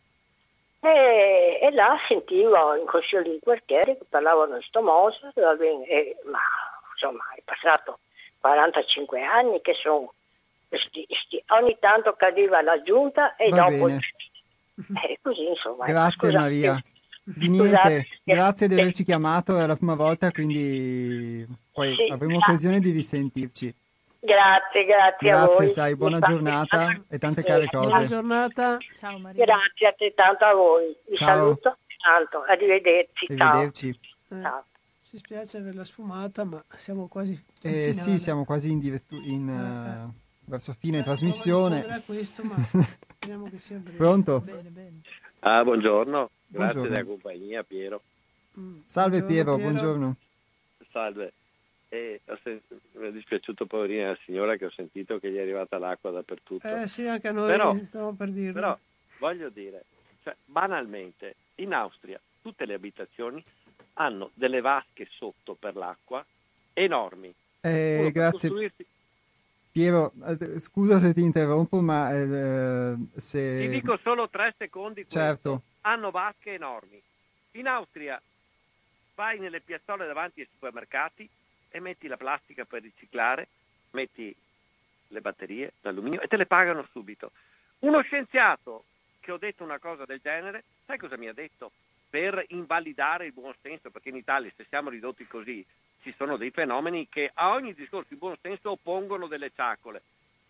E, e là sentivo in consiglio di quartiere che parlavano di sto Moser, va bene, e, ma insomma è passato quarantacinque anni che sono, sti, sti, ogni tanto cadeva la giunta e
Va
dopo
bene.
eh, così insomma.
Grazie
Scusate.
Maria. Di
Scusate,
niente,
che-
grazie di
che-
averci chiamato, è la prima volta, quindi poi
sì,
avremo
gra-
occasione di risentirci.
grazie, grazie a
Grazie,
voi.
sai, buona
Mi fa-
giornata e tante
eh,
care
Buona
cose.
giornata.
Ciao Maria.
Grazie altrettanto a voi. Vi
Ciao.
saluto tanto. Arrivederci. Ciao.
Arrivederci.
Eh,
Ciao.
ci spiace averla sfumata, ma siamo quasi in
Eh,
finale.
sì, siamo quasi in, direttu- in,
Eh,
eh, verso fine
Eh,
trasmissione.
provo a rispondere a questo, ma speriamo che sia breve.
Pronto?
Bene, bene.
Ah, buongiorno, grazie
Buongiorno.
della compagnia, Piero.
Mm.
Salve
Buongiorno,
Piero, buongiorno.
Salve. E ho sen- mi è dispiaciuto poverina la signora che ho sentito che gli è arrivata l'acqua dappertutto.
Eh sì, anche a noi
Però-
stavo per dirlo.
Però voglio dire, cioè, banalmente, in Austria tutte le abitazioni hanno delle vasche sotto per l'acqua enormi.
Eh,
Uno per
grazie
costruirsi-
Piero, eh, scusa se ti interrompo, ma eh, se...
Ti dico solo tre secondi questo.
Certo.
Hanno vasche enormi. In Austria vai nelle piazzole davanti ai supermercati e metti la plastica per riciclare, metti le batterie d'alluminio e te le pagano subito. Uno scienziato che ho detto una cosa del genere, sai cosa mi ha detto? Per invalidare il buon senso, perché in Italia se siamo ridotti così ci sono dei fenomeni che a ogni discorso di buon senso oppongono delle ciacole.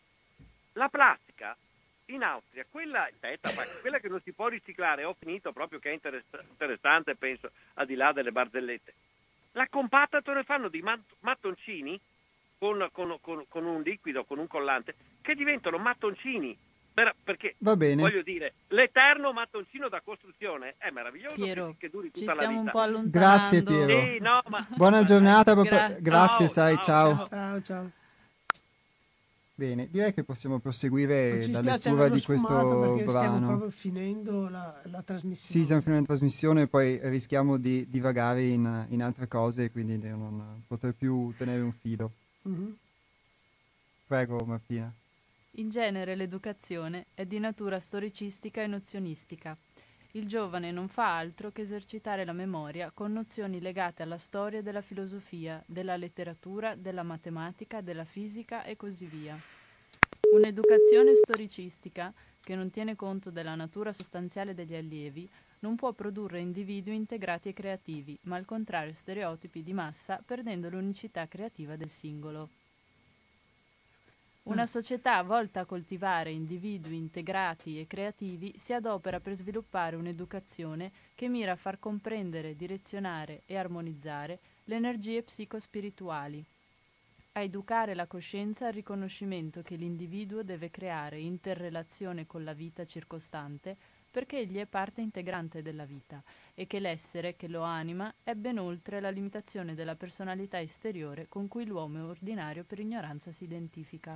La plastica in Austria, quella, quella che non si può riciclare, ho finito proprio che è interess- interessante, penso, al di là delle barzellette, la compattano e fanno dei mat- mattoncini con, con, con, con un liquido, con un collante, che diventano mattoncini. Per, perché,
Va bene.
voglio dire, l'eterno mattoncino da costruzione è meraviglioso,
Piero,
che, che duri
ci
tutta la
stiamo
vita.
un po' allontanando.
Grazie Piero.
Sì, no, ma...
Buona giornata, papà.
Grazie.
Grazie,
Ciao,
sai, ciao.
ciao.
Ciao, ciao.
Bene, direi che possiamo
Non
proseguire
ci
la
spiace
lettura
averlo
di questo
sfumato perché stiamo
brano.
proprio finendo la, la trasmissione.
Sì, stiamo finendo la trasmissione e poi rischiamo di divagare in, in altre cose, quindi di non poter più tenere un filo.
Mm-hmm.
Prego Martina.
In genere l'educazione è di natura storicistica e nozionistica. Il giovane non fa altro che esercitare la memoria con nozioni legate alla storia della filosofia, della letteratura, della matematica, della fisica e così via. Un'educazione storicistica, che non tiene conto della natura sostanziale degli allievi, non può produrre individui integrati e creativi, ma al contrario stereotipi di massa, perdendo l'unicità creativa del singolo. Una società volta a coltivare individui integrati e creativi si adopera per sviluppare un'educazione che mira a far comprendere, direzionare e armonizzare le energie psicospirituali, a educare la coscienza al riconoscimento che l'individuo deve creare interrelazione con la vita circostante perché egli è parte integrante della vita e che l'essere che lo anima è ben oltre la limitazione della personalità esteriore con cui l'uomo ordinario per ignoranza si identifica.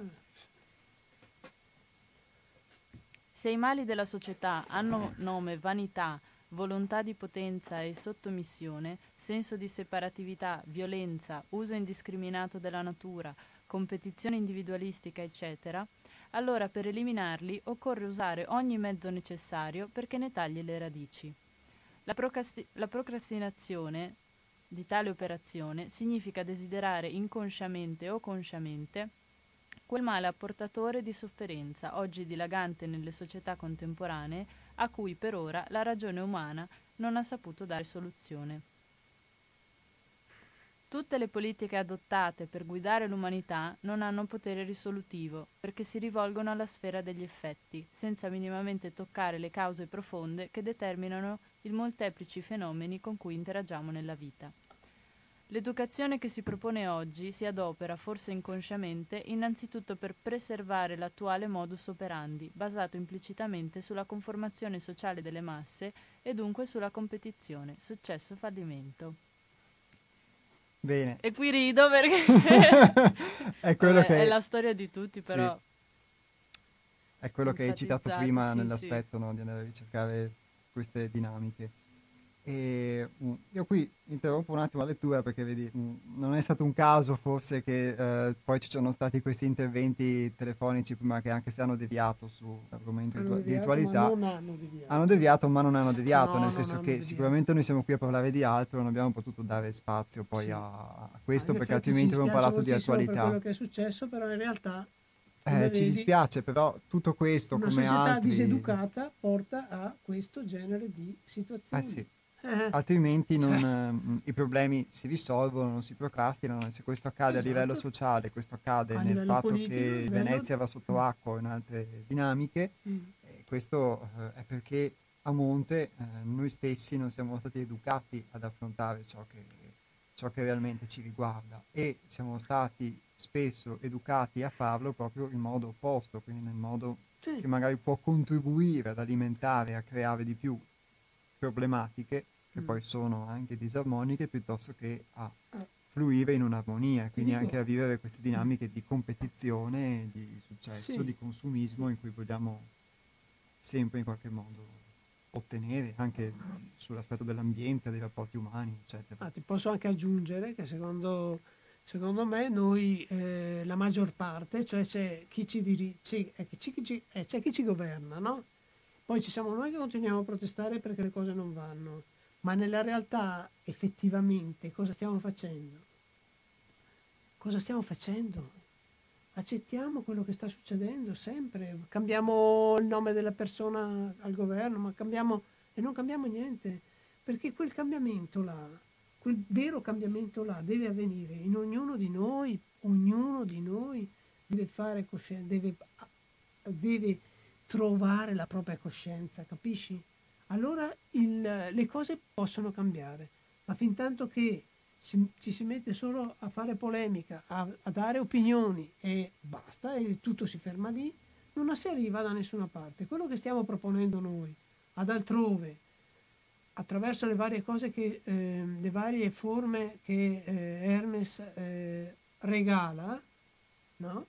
Se i mali della società hanno nome vanità, volontà di potenza e sottomissione, senso di separatività, violenza, uso indiscriminato della natura, competizione individualistica, eccetera, allora per eliminarli occorre usare ogni mezzo necessario perché ne tagli le radici. La, procrasti- la procrastinazione di tale operazione significa desiderare inconsciamente o consciamente quel male apportatore di sofferenza, oggi dilagante nelle società contemporanee, a cui per ora la ragione umana non ha saputo dare soluzione. Tutte le politiche adottate per guidare l'umanità non hanno potere risolutivo, perché si rivolgono alla sfera degli effetti, senza minimamente toccare le cause profonde che determinano i molteplici fenomeni con cui interagiamo nella vita. L'educazione che si propone oggi si adopera, forse inconsciamente, innanzitutto per preservare l'attuale modus operandi, basato implicitamente sulla conformazione sociale delle masse e dunque sulla competizione, successo-fallimento.
Bene.
E qui rido perché
è, quello
vabbè,
che...
è la storia di tutti,
sì.
però...
È quello che hai citato prima
sì,
nell'aspetto
sì.
no, di andare a ricercare queste dinamiche. E mm, io qui interrompo un attimo la lettura perché vedi, mm, non è stato un caso forse che eh, poi ci sono stati questi interventi telefonici prima che anche se hanno deviato su argomenti
Hanno
di
deviato,
ritualità,
ma non hanno deviato.
hanno deviato ma non hanno deviato,
No,
nel
non
senso
hanno
che
deviato.
sicuramente noi siamo qui a parlare di altro, non abbiamo potuto dare spazio poi
Sì.
a, a questo
Ah,
perché
effetti
altrimenti
ci
avremmo parlato di
moltissimo per
attualità.
quello che è successo, però in realtà,
Eh,
come
ci
vedi,
dispiace, però tutto questo
una
come
società
altri...
diseducata porta a questo genere di situazioni.
Eh sì.
Eh,
Altrimenti non,
cioè,
ehm, i problemi si risolvono, non si procrastinano e se questo accade
esatto.
a livello sociale, questo accade
A
nel
livello
fatto
politico,
che
livello...
Venezia va sotto acqua o in altre dinamiche,
Mm.
eh, questo eh, è perché a monte eh, noi stessi non siamo stati educati ad affrontare ciò che, ciò che realmente ci riguarda e siamo stati spesso educati a farlo proprio in modo opposto, quindi nel modo
Sì.
che magari può contribuire ad alimentare, a creare di più problematiche che
Mm.
poi sono anche disarmoniche piuttosto che a
Ah.
fluire in un'armonia, quindi
dico-
anche a vivere queste dinamiche di competizione, di successo,
Sì.
di consumismo
Sì.
in cui vogliamo sempre in qualche modo ottenere, anche sull'aspetto dell'ambiente, dei rapporti umani, eccetera.
Ah, ti posso anche aggiungere che secondo, secondo me noi, eh, la maggior parte, cioè c'è chi ci, diri- ci- eh, chi ci- eh, c'è chi ci governa, no? Poi ci siamo noi che continuiamo a protestare perché le cose non vanno, ma nella realtà effettivamente cosa stiamo facendo? Cosa stiamo facendo? Accettiamo quello che sta succedendo sempre, cambiamo il nome della persona al governo, ma cambiamo e non cambiamo niente, perché quel cambiamento là, quel vero cambiamento là deve avvenire in ognuno di noi, ognuno di noi deve fare coscienza, deve, deve trovare la propria coscienza, capisci? Allora il, le cose possono cambiare, ma fin tanto che si, ci si mette solo a fare polemica, a, a dare opinioni e basta, e tutto si ferma lì, non si arriva da nessuna parte. Quello che stiamo proponendo noi ad altrove, attraverso le varie cose che, eh, le varie forme che eh, Hermes eh, regala, no?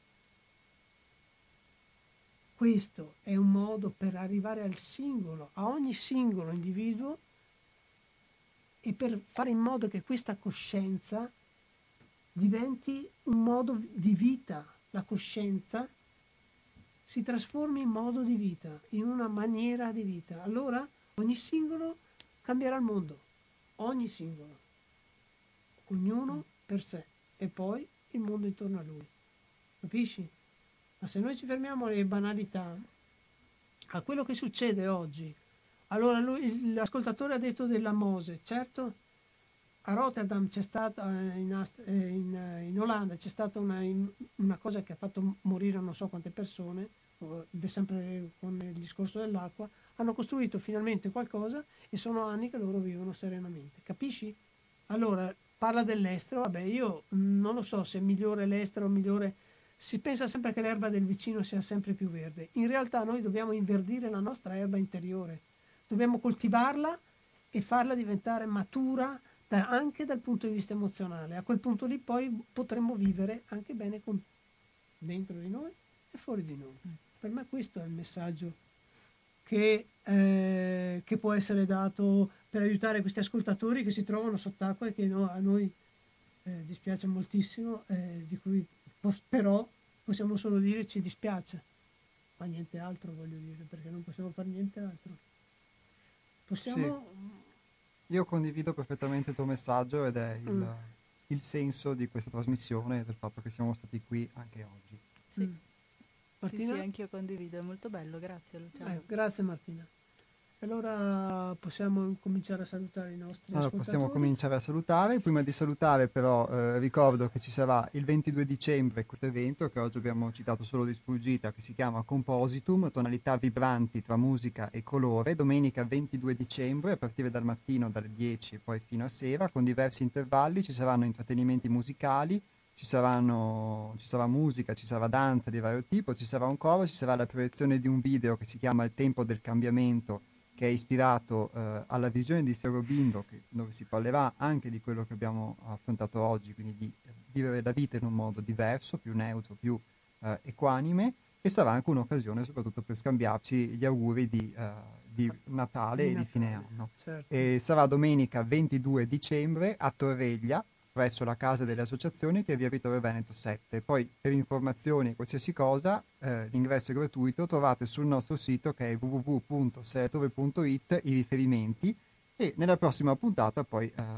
Questo è un modo per arrivare al singolo, a ogni singolo individuo e per fare in modo che questa coscienza diventi un modo di vita, la coscienza si trasformi in modo di vita, in una maniera di vita. Allora ogni singolo cambierà il mondo, ogni singolo, ognuno per sé e poi il mondo intorno a lui. Capisci? Ma se noi ci fermiamo alle banalità, a quello che succede oggi, allora lui, l'ascoltatore ha detto della Mose, certo, a Rotterdam c'è stata, in, Ast- in, in Olanda c'è stata una, una cosa che ha fatto morire non so quante persone, sempre con il discorso dell'acqua, hanno costruito finalmente qualcosa e sono anni che loro vivono serenamente, capisci? Allora, parla dell'estero, vabbè, io non lo so se è migliore l'estero o migliore, si pensa sempre che l'erba del vicino sia sempre più verde, in realtà noi dobbiamo inverdire la nostra erba interiore, dobbiamo coltivarla e farla diventare matura da, anche dal punto di vista emozionale, a quel punto lì poi potremo vivere anche bene con, dentro di noi e fuori di noi. Per me questo è il messaggio che, eh, che può essere dato per aiutare questi ascoltatori che si trovano sott'acqua e che no, a noi eh, dispiace moltissimo, eh, di cui pos- però possiamo solo dire ci dispiace, ma niente altro, voglio dire, perché non possiamo fare niente altro. Possiamo...
Sì. Io condivido perfettamente il tuo messaggio ed è il,
Mm.
il senso di questa trasmissione e del fatto che siamo stati qui anche oggi.
Sì.
Mm.
Sì,
Martina?
sì, anch'io condivido, è molto bello, grazie Luciano.
Eh, grazie Martina. Allora possiamo cominciare a salutare i nostri
Allora,
ascoltatori.
possiamo cominciare a salutare. Prima di salutare però eh, ricordo che ci sarà il ventidue dicembre questo evento che oggi abbiamo citato solo di sfuggita, che si chiama Compositum, tonalità vibranti tra musica e colore, domenica ventidue dicembre a partire dal mattino dalle dieci e poi fino a sera, con diversi intervalli. Ci saranno intrattenimenti musicali, ci, saranno, ci sarà musica, ci sarà danza di vario tipo, ci sarà un coro, ci sarà la proiezione di un video che si chiama Il tempo del cambiamento, che è ispirato eh, alla visione di Sir Aurobindo, che, dove si parlerà anche di quello che abbiamo affrontato oggi, quindi di eh, vivere la vita in un modo diverso, più neutro, più eh, equanime, e sarà anche un'occasione soprattutto per scambiarci gli auguri di, eh, di Natale
Di
e di fine
Natale,
anno.
certo.
E sarà domenica ventidue dicembre a Torreglia, presso la Casa delle Associazioni, che è via Vittorio Veneto sette. Poi per informazioni e qualsiasi cosa eh, l'ingresso è gratuito, trovate sul nostro sito che è w w w punto seretove punto i t i riferimenti e nella prossima puntata poi eh,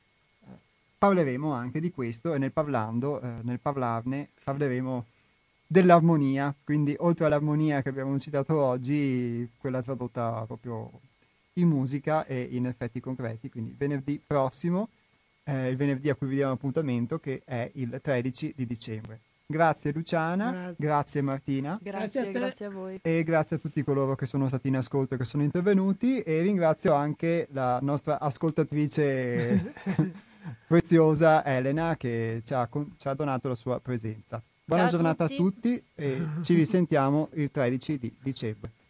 parleremo anche di questo e nel parlando, eh, nel parlarne parleremo dell'armonia, quindi oltre all'armonia che abbiamo citato oggi, quella tradotta proprio in musica e in effetti concreti, quindi venerdì prossimo, eh, il venerdì a cui vi diamo appuntamento, che è il tredici di dicembre. Grazie Luciana,
Grazie.
grazie Martina
Grazie a
Grazie,
te.
grazie a voi.
e grazie a tutti coloro che sono stati in ascolto e che sono intervenuti, e ringrazio anche la nostra ascoltatrice preziosa Elena che ci ha, con- ci ha donato la sua presenza. Buona
Ciao a
giornata
tutti.
a tutti e ci risentiamo il tredici di dicembre.